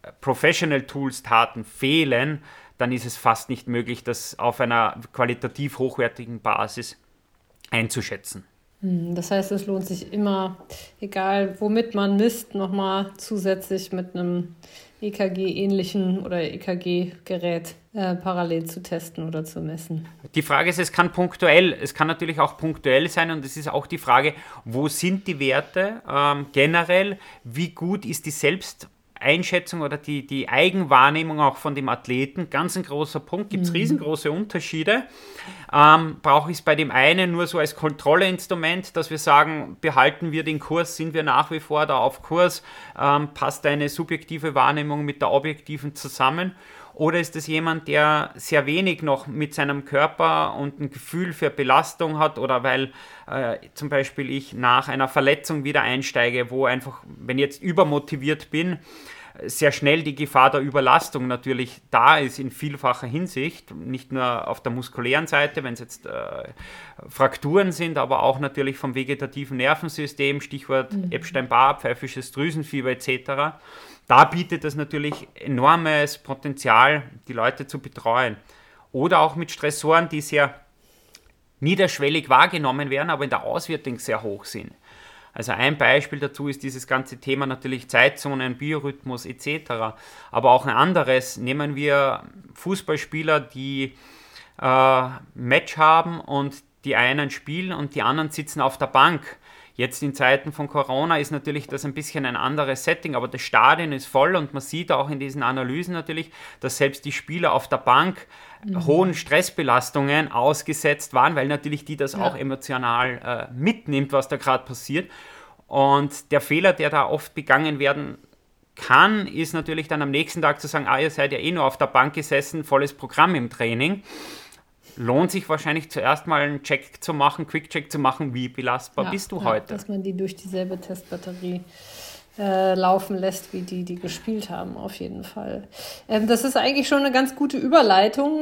Professional-Tools-Daten fehlen, dann ist es fast nicht möglich, das auf einer qualitativ hochwertigen Basis einzuschätzen. Das heißt, es lohnt sich immer, egal womit man misst, nochmal zusätzlich mit einem EKG-ähnlichen oder EKG-Gerät parallel zu testen oder zu messen. Die Frage ist, es kann natürlich auch punktuell sein und es ist auch die Frage, wo sind die Werte generell, wie gut ist die Selbsteinschätzung oder die Eigenwahrnehmung auch von dem Athleten, ganz ein großer Punkt, gibt es riesengroße Unterschiede. Brauche ich es bei dem einen nur so als Kontrolleinstrument, dass wir sagen, behalten wir den Kurs, sind wir nach wie vor da auf Kurs, passt eine subjektive Wahrnehmung mit der objektiven zusammen? Oder ist es jemand, der sehr wenig noch mit seinem Körper und ein Gefühl für Belastung hat oder weil zum Beispiel ich nach einer Verletzung wieder einsteige, wo einfach, wenn ich jetzt übermotiviert bin, sehr schnell die Gefahr der Überlastung natürlich da ist in vielfacher Hinsicht, nicht nur auf der muskulären Seite, wenn es jetzt Frakturen sind, aber auch natürlich vom vegetativen Nervensystem, Stichwort Epstein-Barr, pfeifisches Drüsenfieber etc. Da bietet es natürlich enormes Potenzial, die Leute zu betreuen. Oder auch mit Stressoren, die sehr niederschwellig wahrgenommen werden, aber in der Auswertung sehr hoch sind. Also ein Beispiel dazu ist dieses ganze Thema natürlich Zeitzonen, Biorhythmus etc. Aber auch ein anderes, nehmen wir Fußballspieler, die Match haben und die einen spielen und die anderen sitzen auf der Bank. Jetzt in Zeiten von Corona ist natürlich das ein bisschen ein anderes Setting, aber das Stadion ist voll und man sieht auch in diesen Analysen natürlich, dass selbst die Spieler auf der Bank hohen Stressbelastungen ausgesetzt waren, weil natürlich die das auch emotional mitnimmt, was da gerade passiert. Und der Fehler, der da oft begangen werden kann, ist natürlich dann am nächsten Tag zu sagen, ihr seid ja eh nur auf der Bank gesessen, volles Programm im Training. Lohnt sich wahrscheinlich zuerst mal einen Check zu machen, Quick-Check zu machen, wie belastbar bist du heute. Dass man die durch dieselbe Testbatterie laufen lässt, wie die gespielt haben, auf jeden Fall. Das ist eigentlich schon eine ganz gute Überleitung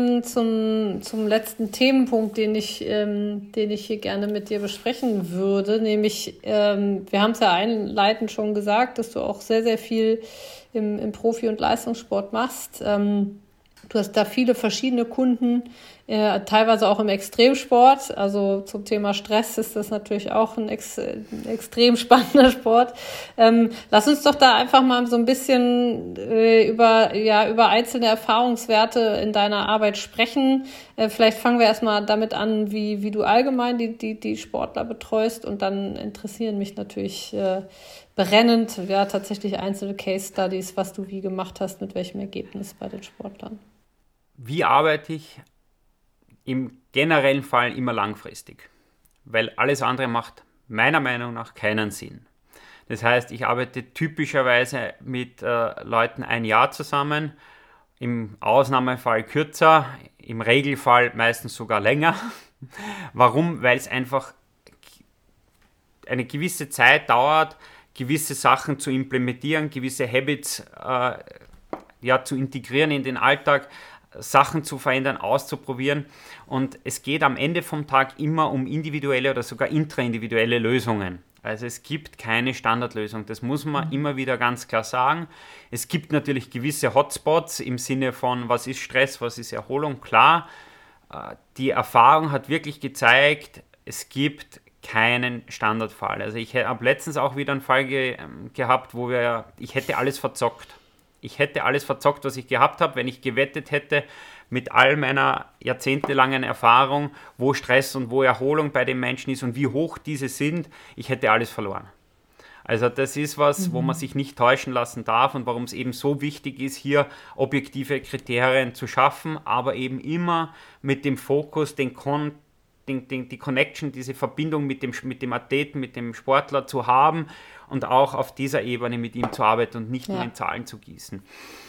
zum letzten Themenpunkt, den ich hier gerne mit dir besprechen würde, nämlich, wir haben es ja einleitend schon gesagt, dass du auch sehr, sehr viel im Profi- und Leistungssport machst. Du hast da viele verschiedene Kunden, teilweise auch im Extremsport. Also zum Thema Stress ist das natürlich auch ein extrem spannender Sport. Lass uns doch da einfach mal so ein bisschen über einzelne Erfahrungswerte in deiner Arbeit sprechen. Vielleicht fangen wir erstmal damit an, wie du allgemein die Sportler betreust, und dann interessieren mich natürlich brennend tatsächlich einzelne Case Studies, was du wie gemacht hast, mit welchem Ergebnis bei den Sportlern. Wie arbeite ich? Im generellen Fall immer langfristig, weil alles andere macht meiner Meinung nach keinen Sinn. Das heißt, ich arbeite typischerweise mit Leuten ein Jahr zusammen, im Ausnahmefall kürzer, im Regelfall meistens sogar länger. Warum? Weil es einfach eine gewisse Zeit dauert, gewisse Sachen zu implementieren, gewisse Habits zu integrieren in den Alltag, Sachen zu verändern, auszuprobieren. Und es geht am Ende vom Tag immer um individuelle oder sogar intraindividuelle Lösungen. Also es gibt keine Standardlösung. Das muss man immer wieder ganz klar sagen. Es gibt natürlich gewisse Hotspots im Sinne von, was ist Stress, was ist Erholung. Klar, die Erfahrung hat wirklich gezeigt, es gibt keinen Standardfall. Also ich habe letztens auch wieder einen Fall gehabt, wo ich hätte alles verzockt. Ich hätte alles verzockt, was ich gehabt habe, wenn ich gewettet hätte mit all meiner jahrzehntelangen Erfahrung, wo Stress und wo Erholung bei den Menschen ist und wie hoch diese sind. Ich hätte alles verloren. Also das ist was, wo man sich nicht täuschen lassen darf und warum es eben so wichtig ist, hier objektive Kriterien zu schaffen, aber eben immer mit dem Fokus, die Connection, diese Verbindung mit dem Athleten, mit dem Sportler zu haben und auch auf dieser Ebene mit ihm zu arbeiten und nicht nur in Zahlen zu gießen.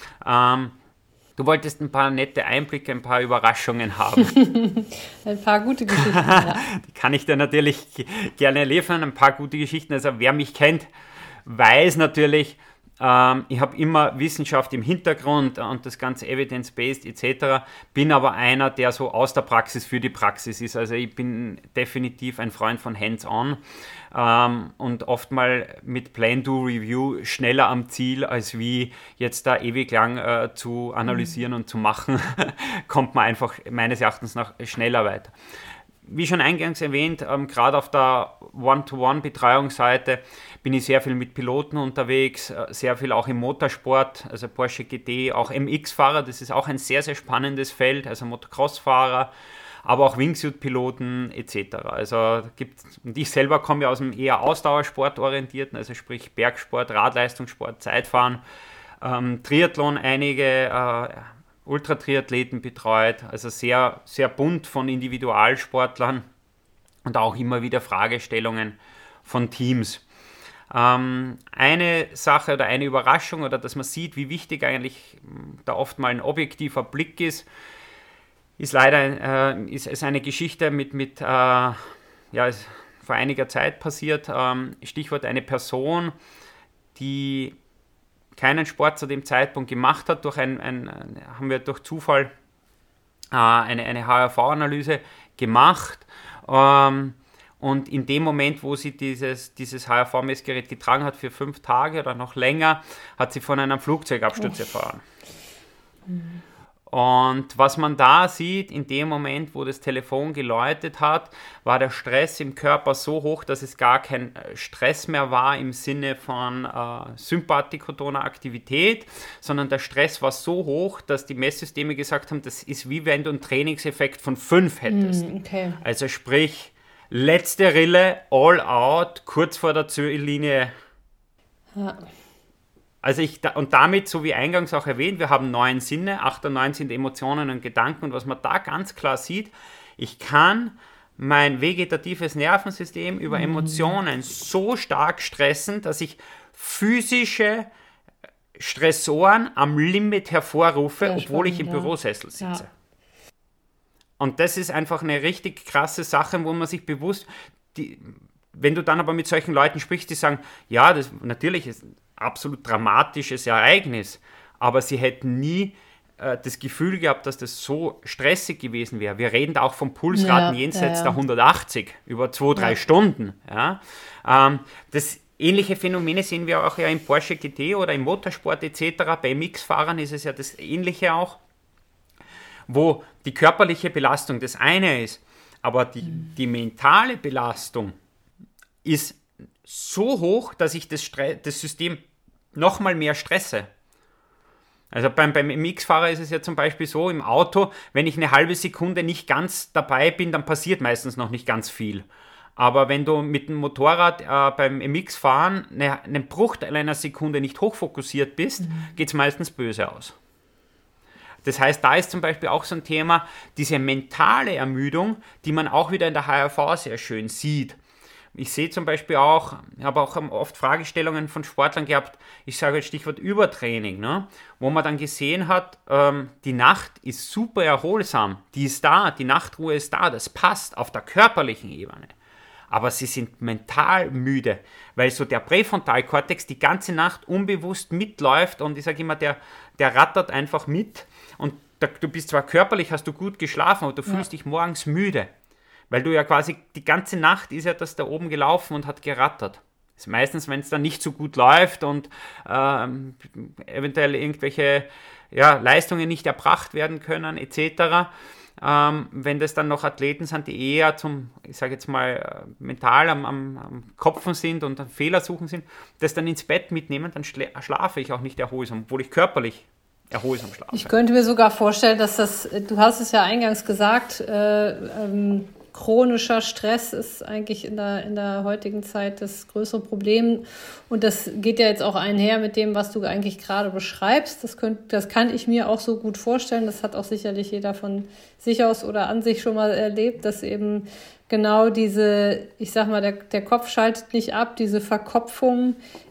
Du wolltest ein paar nette Einblicke, ein paar Überraschungen haben. Ein paar gute Geschichten, ja. Die kann ich dir natürlich gerne liefern, ein paar gute Geschichten. Also wer mich kennt, weiß natürlich, ich habe immer Wissenschaft im Hintergrund und das ganze Evidence-Based etc., bin aber einer, der so aus der Praxis für die Praxis ist. Also ich bin definitiv ein Freund von Hands-on und oft mal mit Plan-Do-Review schneller am Ziel, als wie jetzt da ewig lang zu analysieren und zu machen, kommt man einfach meines Erachtens nach schneller weiter. Wie schon eingangs erwähnt, gerade auf der One-to-One-Betreuungsseite bin ich sehr viel mit Piloten unterwegs, sehr viel auch im Motorsport, also Porsche GT, auch MX-Fahrer, das ist auch ein sehr, sehr spannendes Feld, also Motocross-Fahrer, aber auch Wingsuit-Piloten etc. Also und ich selber komme ja aus dem eher Ausdauersport orientierten, also sprich Bergsport, Radleistungssport, Zeitfahren, Triathlon, einige Ultratriathleten betreut, also sehr, sehr bunt von Individualsportlern und auch immer wieder Fragestellungen von Teams. Eine Sache oder eine Überraschung oder dass man sieht, wie wichtig eigentlich da oft mal ein objektiver Blick ist leider ist eine Geschichte mit vor einiger Zeit passiert. Stichwort eine Person, die keinen Sport zu dem Zeitpunkt gemacht hat, haben wir durch Zufall eine HRV-Analyse gemacht und in dem Moment, wo sie dieses HRV-Messgerät getragen hat für 5 Tage oder noch länger, hat sie von einem Flugzeugabsturz erfahren. Und was man da sieht, in dem Moment, wo das Telefon geläutet hat, war der Stress im Körper so hoch, dass es gar kein Stress mehr war im Sinne von sympathikotoner Aktivität, sondern der Stress war so hoch, dass die Messsysteme gesagt haben, das ist wie wenn du einen Trainingseffekt von 5 hättest. Okay. Also sprich, letzte Rille, all out, kurz vor der Ziellinie. Ja. Also und damit, so wie eingangs auch erwähnt, wir haben 9 Sinne, 8 und 9 sind Emotionen und Gedanken und was man da ganz klar sieht, ich kann mein vegetatives Nervensystem über Emotionen so stark stressen, dass ich physische Stressoren am Limit hervorrufe, obwohl ich im Bürosessel sitze. Ja. Und das ist einfach eine richtig krasse Sache, wo man sich bewusst, wenn du dann aber mit solchen Leuten sprichst, die sagen, ja, das natürlich ist ein absolut dramatisches Ereignis, aber sie hätten nie das Gefühl gehabt, dass das so stressig gewesen wäre. Wir reden da auch von Pulsraten jenseits der 180 über 2-3 Stunden. Ja? Das Ähnliche Phänomene sehen wir auch ja im Porsche GT oder im Motorsport etc. Bei MX-Fahrern ist es ja das Ähnliche auch, wo die körperliche Belastung das eine ist, aber die mentale Belastung ist so hoch, dass ich das System nochmal mehr stresse. Also beim MX-Fahrer ist es ja zum Beispiel so, im Auto, wenn ich eine halbe Sekunde nicht ganz dabei bin, dann passiert meistens noch nicht ganz viel. Aber wenn du mit dem Motorrad beim MX-Fahren einen Bruchteil einer Sekunde nicht hochfokussiert bist, geht es meistens böse aus. Das heißt, da ist zum Beispiel auch so ein Thema, diese mentale Ermüdung, die man auch wieder in der HRV sehr schön sieht. Ich sehe zum Beispiel auch, ich habe auch oft Fragestellungen von Sportlern gehabt, ich sage jetzt Stichwort Übertraining, ne? Wo man dann gesehen hat, die Nacht ist super erholsam, die ist da, die Nachtruhe ist da, das passt auf der körperlichen Ebene. Aber sie sind mental müde, weil so der Präfrontalkortex die ganze Nacht unbewusst mitläuft und ich sage immer, der rattert einfach mit und du bist zwar körperlich, hast du gut geschlafen, aber du fühlst dich morgens müde, weil du ja quasi die ganze Nacht ist ja das da oben gelaufen und hat gerattert. Das ist meistens, wenn es dann nicht so gut läuft und eventuell irgendwelche Leistungen nicht erbracht werden können etc., wenn das dann noch Athleten sind, die eher ich sage jetzt mal, mental am Kopfen sind und am Fehler suchen sind, das dann ins Bett mitnehmen, dann schlafe ich auch nicht erholsam, obwohl ich körperlich erholsam schlafe. Ich könnte mir sogar vorstellen, dass du hast es ja eingangs gesagt, chronischer Stress ist eigentlich in der heutigen Zeit das größere Problem. Und das geht ja jetzt auch einher mit dem, was du eigentlich gerade beschreibst. Das kann ich mir auch so gut vorstellen. Das hat auch sicherlich jeder von sich aus oder an sich schon mal erlebt, dass eben genau diese, ich sag mal, der Kopf schaltet nicht ab, diese Verkopfung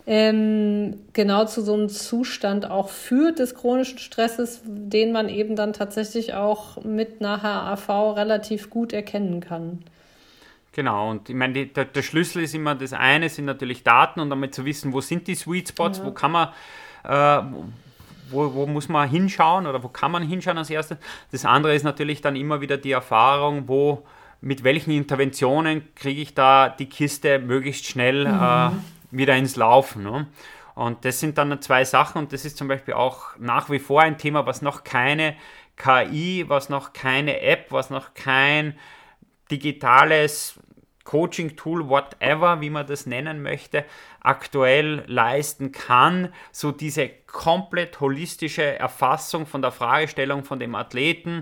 genau zu so einem Zustand auch führt des chronischen Stresses, den man eben dann tatsächlich auch mit einer HAV relativ gut erkennen kann. Genau, und ich meine, der Schlüssel ist immer, das eine sind natürlich Daten und damit zu wissen, wo sind die Sweet Spots, wo kann man, wo muss man hinschauen oder wo kann man hinschauen als erstes. Das andere ist natürlich dann immer wieder die Erfahrung, mit welchen Interventionen kriege ich da die Kiste möglichst schnell wieder ins Laufen. Ne? Und das sind dann zwei Sachen und das ist zum Beispiel auch nach wie vor ein Thema, was noch keine KI, was noch keine App, was noch kein digitales Coaching-Tool, whatever, wie man das nennen möchte, aktuell leisten kann, so diese komplett holistische Erfassung von der Fragestellung von dem Athleten,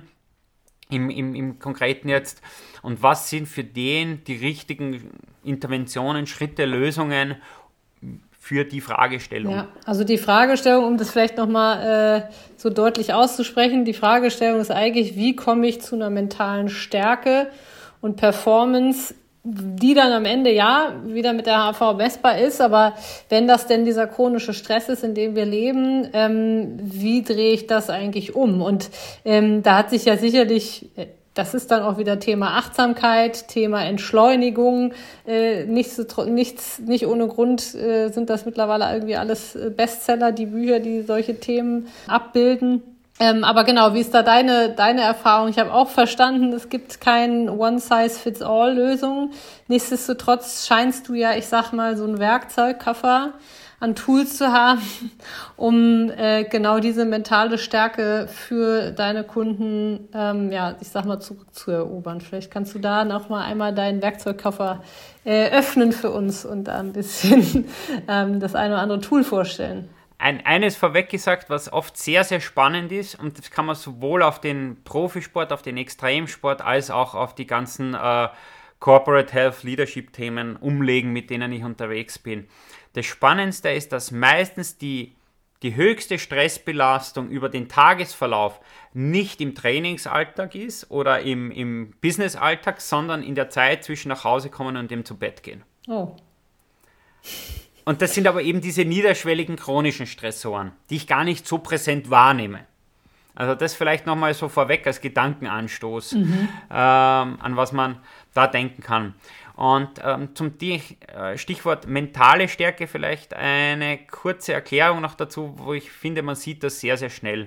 im Konkreten jetzt, und was sind für den die richtigen Interventionen, Schritte, Lösungen für die Fragestellung. Ja, also die Fragestellung, um das vielleicht nochmal so deutlich auszusprechen, die Fragestellung ist eigentlich, wie komme ich zu einer mentalen Stärke und Performance, die dann am Ende wieder mit der HV messbar ist, aber wenn das denn dieser chronische Stress ist, in dem wir leben, wie drehe ich das eigentlich um? Und da hat sich ja sicherlich, das ist dann auch wieder Thema Achtsamkeit, Thema Entschleunigung, nicht ohne Grund sind das mittlerweile irgendwie alles Bestseller, die Bücher, die solche Themen abbilden. Aber genau, wie ist da deine Erfahrung? Ich habe auch verstanden, es gibt keine One-Size-Fits-All-Lösung. Nichtsdestotrotz scheinst du ja, ich sag mal, so einen Werkzeugkoffer an Tools zu haben, um genau diese mentale Stärke für deine Kunden, ich sag mal, zurückzuerobern. Vielleicht kannst du da noch mal einmal deinen Werkzeugkoffer öffnen für uns und ein bisschen das eine oder andere Tool vorstellen. Eines vorweg gesagt, was oft sehr, sehr spannend ist, und das kann man sowohl auf den Profisport, auf den Extremsport, als auch auf die ganzen Corporate Health Leadership Themen umlegen, mit denen ich unterwegs bin. Das Spannendste ist, dass meistens die höchste Stressbelastung über den Tagesverlauf nicht im Trainingsalltag ist oder im Businessalltag, sondern in der Zeit zwischen nach Hause kommen und dem zu Bett gehen. Oh. Und das sind aber eben diese niederschwelligen chronischen Stressoren, die ich gar nicht so präsent wahrnehme. Also das vielleicht nochmal so vorweg als Gedankenanstoß, an was man da denken kann. Und zum Stichwort mentale Stärke vielleicht eine kurze Erklärung noch dazu, wo ich finde, man sieht das sehr, sehr schnell.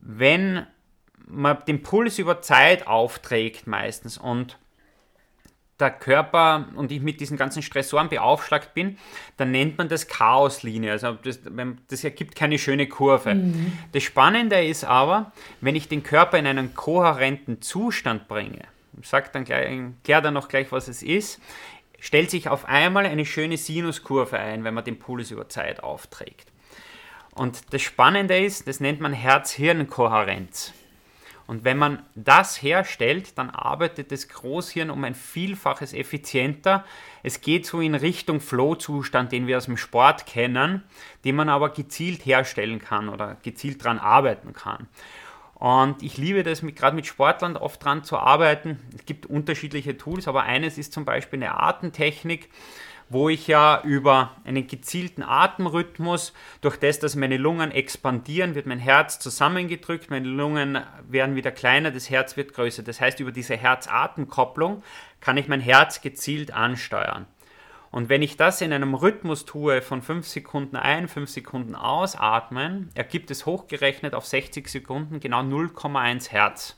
Wenn man den Puls über Zeit aufträgt meistens und der Körper und ich mit diesen ganzen Stressoren beaufschlagt bin, dann nennt man das Chaoslinie. Also das ergibt keine schöne Kurve. Das Spannende ist aber, wenn ich den Körper in einen kohärenten Zustand bringe, ich kläre dann noch gleich, was es ist, stellt sich auf einmal eine schöne Sinuskurve ein, wenn man den Puls über Zeit aufträgt. Und das Spannende ist, das nennt man Herz-Hirn-Kohärenz. Und wenn man das herstellt, dann arbeitet das Großhirn um ein Vielfaches effizienter. Es geht so in Richtung Flow-Zustand, den wir aus dem Sport kennen, den man aber gezielt herstellen kann oder gezielt dran arbeiten kann. Und ich liebe das, gerade mit Sportlern oft dran zu arbeiten. Es gibt unterschiedliche Tools, aber eines ist zum Beispiel eine Atemtechnik, wo ich ja über einen gezielten Atemrhythmus, durch das, dass meine Lungen expandieren, wird mein Herz zusammengedrückt, meine Lungen werden wieder kleiner, das Herz wird größer. Das heißt, über diese Herz-Atem-Kopplung kann ich mein Herz gezielt ansteuern. Und wenn ich das in einem Rhythmus tue von 5 Sekunden ein, 5 Sekunden ausatmen, ergibt es hochgerechnet auf 60 Sekunden genau 0,1 Hertz.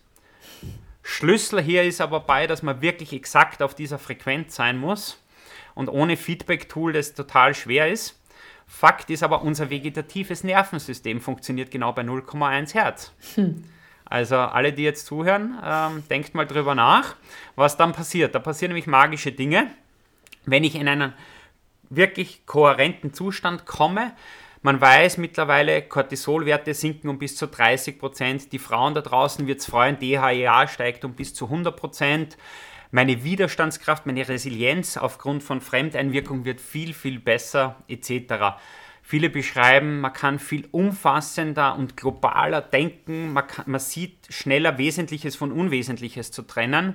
Schlüssel hier ist aber dass man wirklich exakt auf dieser Frequenz sein muss. Und ohne Feedback-Tool das total schwer ist. Fakt ist aber, unser vegetatives Nervensystem funktioniert genau bei 0,1 Hertz. Also alle, die jetzt zuhören, denkt mal drüber nach, was dann passiert. Da passieren nämlich magische Dinge, wenn ich in einen wirklich kohärenten Zustand komme. Man weiß mittlerweile, Cortisolwerte sinken um bis zu 30%. Die Frauen da draußen wird es freuen, DHEA steigt um bis zu 100%. Meine Widerstandskraft, meine Resilienz aufgrund von Fremdeinwirkung wird viel, viel besser etc. Viele beschreiben, man kann viel umfassender und globaler denken, man sieht schneller Wesentliches von Unwesentliches zu trennen.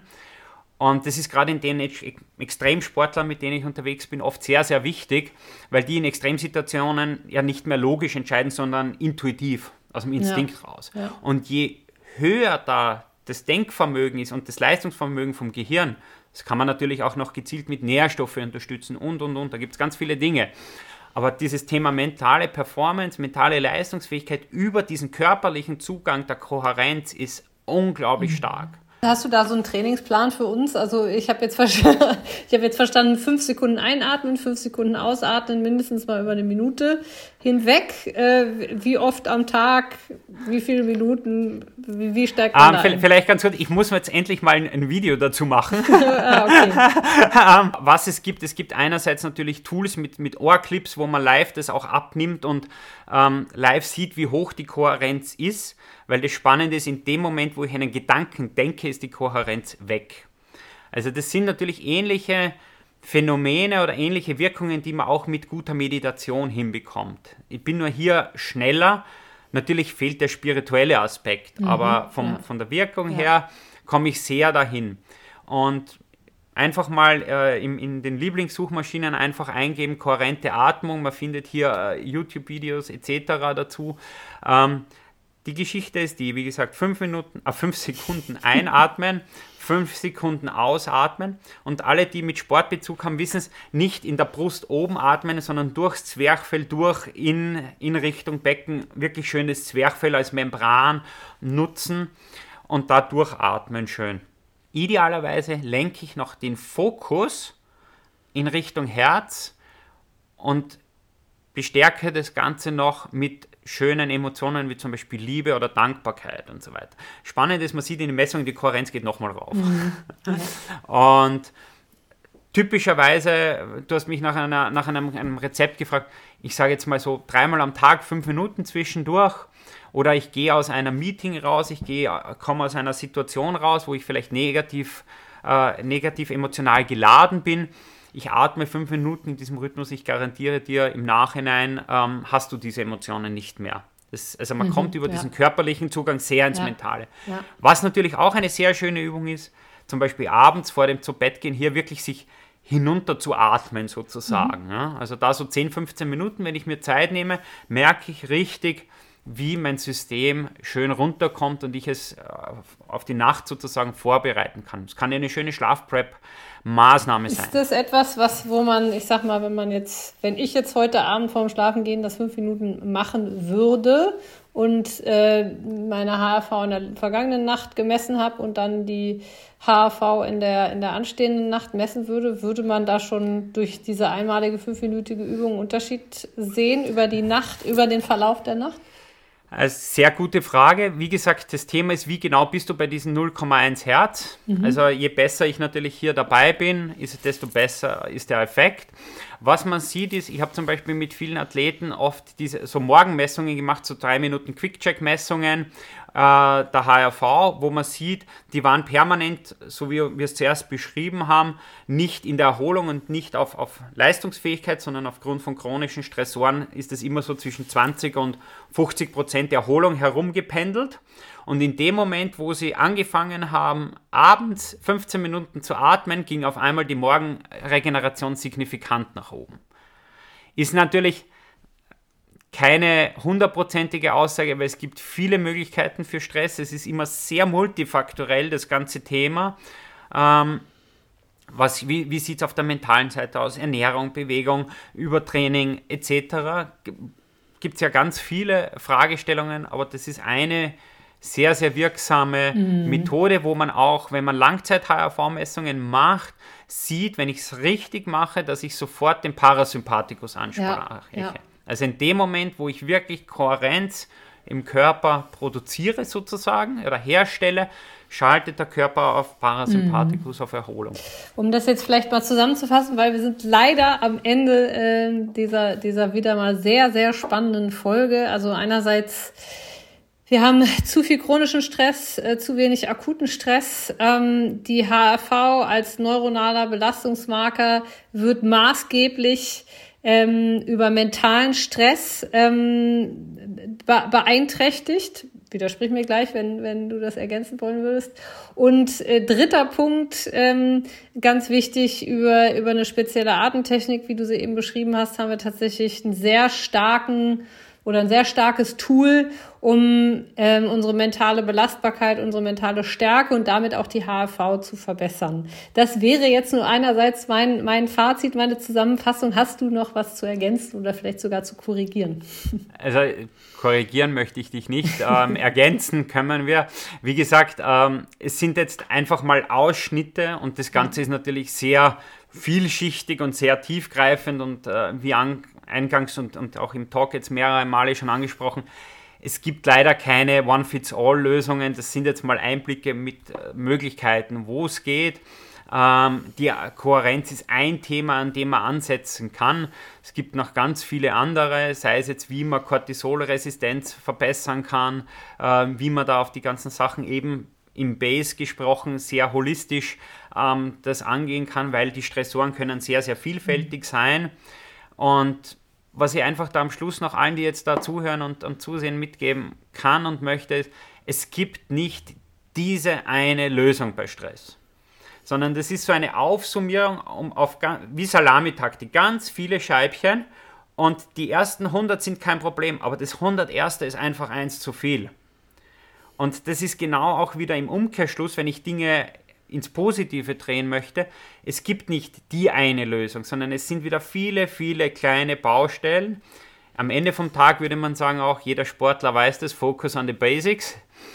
Und das ist gerade in den Extremsportlern, mit denen ich unterwegs bin, oft sehr, sehr wichtig, weil die in Extremsituationen ja nicht mehr logisch entscheiden, sondern intuitiv, aus dem Instinkt raus. Ja. Und je höher da das Denkvermögen ist und das Leistungsvermögen vom Gehirn, das kann man natürlich auch noch gezielt mit Nährstoffen unterstützen und. Da gibt es ganz viele Dinge. Aber dieses Thema mentale Performance, mentale Leistungsfähigkeit über diesen körperlichen Zugang der Kohärenz ist unglaublich stark. Hast du da so einen Trainingsplan für uns? Also ich habe jetzt verstanden, 5 Sekunden einatmen, 5 Sekunden ausatmen, mindestens mal über eine Minute hinweg. Wie oft am Tag, wie viele Minuten, wie stark man da vielleicht ganz kurz, ich muss mir jetzt endlich mal ein Video dazu machen. Was es gibt einerseits natürlich Tools mit Ohrclips, wo man live das auch abnimmt und live sieht, wie hoch die Kohärenz ist. Weil das Spannende ist, in dem Moment, wo ich einen Gedanken denke, ist die Kohärenz weg. Also das sind natürlich ähnliche Phänomene oder ähnliche Wirkungen, die man auch mit guter Meditation hinbekommt. Ich bin nur hier schneller. Natürlich fehlt der spirituelle Aspekt, aber von der Wirkung her komme ich sehr dahin. Und einfach mal in den Lieblingssuchmaschinen einfach eingeben, kohärente Atmung. Man findet hier YouTube-Videos etc. dazu. Die Geschichte ist die, wie gesagt, 5 Sekunden einatmen, 5 Sekunden ausatmen und alle, die mit Sportbezug haben, wissen es, nicht in der Brust oben atmen, sondern durchs Zwerchfell durch in Richtung Becken, wirklich schönes Zwerchfell als Membran nutzen und da durchatmen schön. Idealerweise lenke ich noch den Fokus in Richtung Herz und bestärke das Ganze noch mit schönen Emotionen wie zum Beispiel Liebe oder Dankbarkeit und so weiter. Spannend ist, man sieht in den Messungen, die Kohärenz geht nochmal rauf. Und typischerweise, du hast mich nach einem Rezept gefragt, ich sage jetzt mal so 3-mal am Tag 5 Minuten zwischendurch oder ich gehe aus einem Meeting raus, komme aus einer Situation raus, wo ich vielleicht negativ emotional geladen bin. Ich atme 5 Minuten in diesem Rhythmus, ich garantiere dir, im Nachhinein hast du diese Emotionen nicht mehr. Man kommt über diesen körperlichen Zugang sehr ins Mentale. Ja. Was natürlich auch eine sehr schöne Übung ist, zum Beispiel abends vor dem Zu-Bett-Gehen hier wirklich sich hinunter zu atmen sozusagen. Ja? Also da so 10, 15 Minuten, wenn ich mir Zeit nehme, merke ich richtig, wie mein System schön runterkommt und ich es auf die Nacht sozusagen vorbereiten kann. Es kann ja eine schöne Schlafprep-Maßnahme sein. Ist das etwas, wo man, ich sag mal, wenn ich jetzt heute Abend vorm Schlafengehen das 5 Minuten machen würde und meine HRV in der vergangenen Nacht gemessen habe und dann die HRV in der anstehenden Nacht messen würde man da schon durch diese einmalige 5-minütige Übung einen Unterschied sehen über die Nacht, über den Verlauf der Nacht? Also sehr gute Frage. Wie gesagt, das Thema ist, wie genau bist du bei diesen 0,1 Hertz? Also je besser ich natürlich hier dabei bin, desto besser ist der Effekt. Was man sieht ist, ich habe zum Beispiel mit vielen Athleten oft diese so Morgenmessungen gemacht, so 3 Minuten Quick-Check-Messungen der HRV, wo man sieht, die waren permanent, so wie wir es zuerst beschrieben haben, nicht in der Erholung und nicht auf Leistungsfähigkeit, sondern aufgrund von chronischen Stressoren ist es immer so zwischen 20 und 50% Erholung herumgependelt. Und in dem Moment, wo sie angefangen haben, abends 15 Minuten zu atmen, ging auf einmal die Morgenregeneration signifikant nach oben. Ist natürlich keine 100%ige Aussage, weil es gibt viele Möglichkeiten für Stress. Es ist immer sehr multifaktorell, das ganze Thema. Wie sieht es auf der mentalen Seite aus? Ernährung, Bewegung, Übertraining etc. Gibt es ja ganz viele Fragestellungen, aber das ist eine sehr, sehr wirksame Methode, wo man auch, wenn man Langzeit-HRV-Messungen macht, sieht, wenn ich es richtig mache, dass ich sofort den Parasympathikus anspreche. Ja. Also in dem Moment, wo ich wirklich Kohärenz im Körper produziere sozusagen oder herstelle, schaltet der Körper auf Parasympathikus, auf Erholung. Um das jetzt vielleicht mal zusammenzufassen, weil wir sind leider am Ende dieser wieder mal sehr, sehr spannenden Folge. Also einerseits, wir haben zu viel chronischen Stress, zu wenig akuten Stress. Die HRV als neuronaler Belastungsmarker wird maßgeblich über mentalen Stress beeinträchtigt. Widersprich mir gleich, wenn du das ergänzen wollen würdest. Und dritter Punkt, ganz wichtig, über eine spezielle Atemtechnik, wie du sie eben beschrieben hast, haben wir tatsächlich ein sehr starkes Tool, um unsere mentale Belastbarkeit, unsere mentale Stärke und damit auch die HRV zu verbessern. Das wäre jetzt nur einerseits mein Fazit, meine Zusammenfassung. Hast du noch was zu ergänzen oder vielleicht sogar zu korrigieren? Also korrigieren möchte ich dich nicht. Ergänzen können wir. Wie gesagt, es sind jetzt einfach mal Ausschnitte und das Ganze ist natürlich sehr vielschichtig und sehr tiefgreifend und wie eingangs und auch im Talk jetzt mehrere Male schon angesprochen, es gibt leider keine One-Fits-All-Lösungen. Das sind jetzt mal Einblicke mit Möglichkeiten, wo es geht. Die Kohärenz ist ein Thema, an dem man ansetzen kann. Es gibt noch ganz viele andere, sei es jetzt, wie man Cortisolresistenz verbessern kann, wie man da auf die ganzen Sachen eben im Base gesprochen sehr holistisch das angehen kann, weil die Stressoren können sehr, sehr vielfältig sein. Und was ich einfach da am Schluss noch allen, die jetzt da zuhören und zusehen, mitgeben kann und möchte, ist, es gibt nicht diese eine Lösung bei Stress, sondern das ist so eine Aufsummierung wie Salamitaktik, ganz viele Scheibchen und die ersten 100 sind kein Problem, aber das 101. ist einfach eins zu viel. Und das ist genau auch wieder im Umkehrschluss, wenn ich Dinge ins Positive drehen möchte, es gibt nicht die eine Lösung, sondern es sind wieder viele, viele kleine Baustellen. Am Ende vom Tag würde man sagen, auch jeder Sportler weiß das, Focus on the Basics.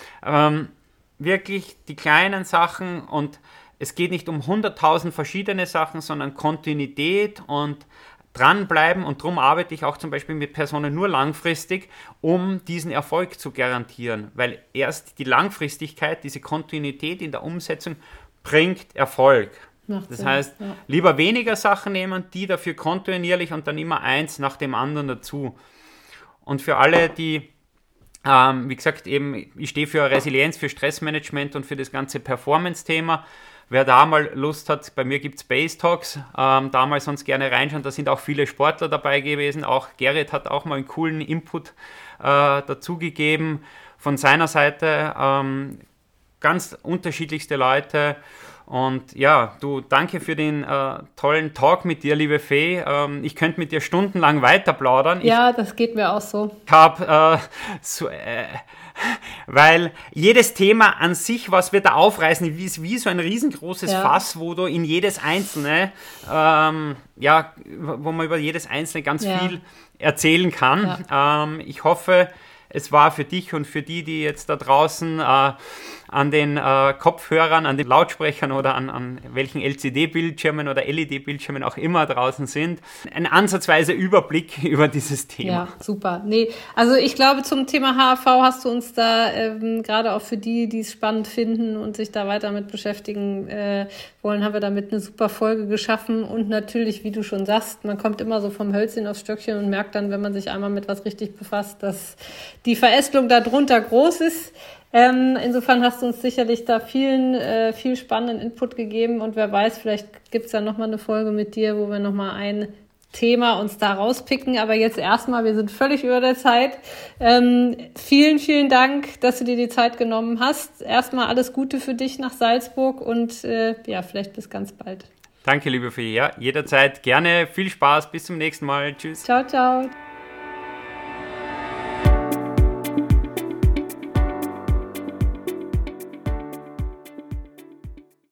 Wirklich die kleinen Sachen und es geht nicht um 100.000 verschiedene Sachen, sondern Kontinuität und dranbleiben und darum arbeite ich auch zum Beispiel mit Personen nur langfristig, um diesen Erfolg zu garantieren, weil erst die Langfristigkeit, diese Kontinuität in der Umsetzung bringt Erfolg. Das heißt, lieber weniger Sachen nehmen, die dafür kontinuierlich und dann immer eins nach dem anderen dazu. Und für alle, die, wie gesagt, eben, ich stehe für Resilienz, für Stressmanagement und für das ganze Performance-Thema. Wer da mal Lust hat, bei mir gibt es Base Talks, da mal sonst gerne reinschauen, da sind auch viele Sportler dabei gewesen, auch Gerrit hat auch mal einen coolen Input dazu gegeben von seiner Seite, ganz unterschiedlichste Leute und ja, du, danke für den tollen Talk mit dir, liebe Fee, ich könnte mit dir stundenlang weiter plaudern. Ja, das geht mir auch so. Ich habe weil jedes Thema an sich, was wir da aufreißen, ist wie so ein riesengroßes Fass, wo du in jedes einzelne, wo man über jedes einzelne ganz viel erzählen kann. Ja. Ich hoffe, es war für dich und für die jetzt da draußen an den Kopfhörern, an den Lautsprechern oder an welchen LCD-Bildschirmen oder LED-Bildschirmen auch immer draußen sind, ein ansatzweise Überblick über dieses Thema. Ja, super. Nee, also ich glaube, zum Thema HAV hast du uns da gerade auch für die es spannend finden und sich da weiter mit beschäftigen wollen, haben wir damit eine super Folge geschaffen. Und natürlich, wie du schon sagst, man kommt immer so vom Hölzchen aufs Stöckchen und merkt dann, wenn man sich einmal mit was richtig befasst, dass die Verästelung darunter groß ist. Insofern hast du uns sicherlich da viel spannenden Input gegeben und wer weiß, vielleicht gibt's da nochmal eine Folge mit dir, wo wir nochmal ein Thema uns da rauspicken. Aber jetzt erstmal, wir sind völlig über der Zeit. Vielen Dank, dass du dir die Zeit genommen hast. Erstmal alles Gute für dich nach Salzburg und vielleicht bis ganz bald. Danke, liebe Fee. Ja, jederzeit gerne. Viel Spaß. Bis zum nächsten Mal. Tschüss. Ciao.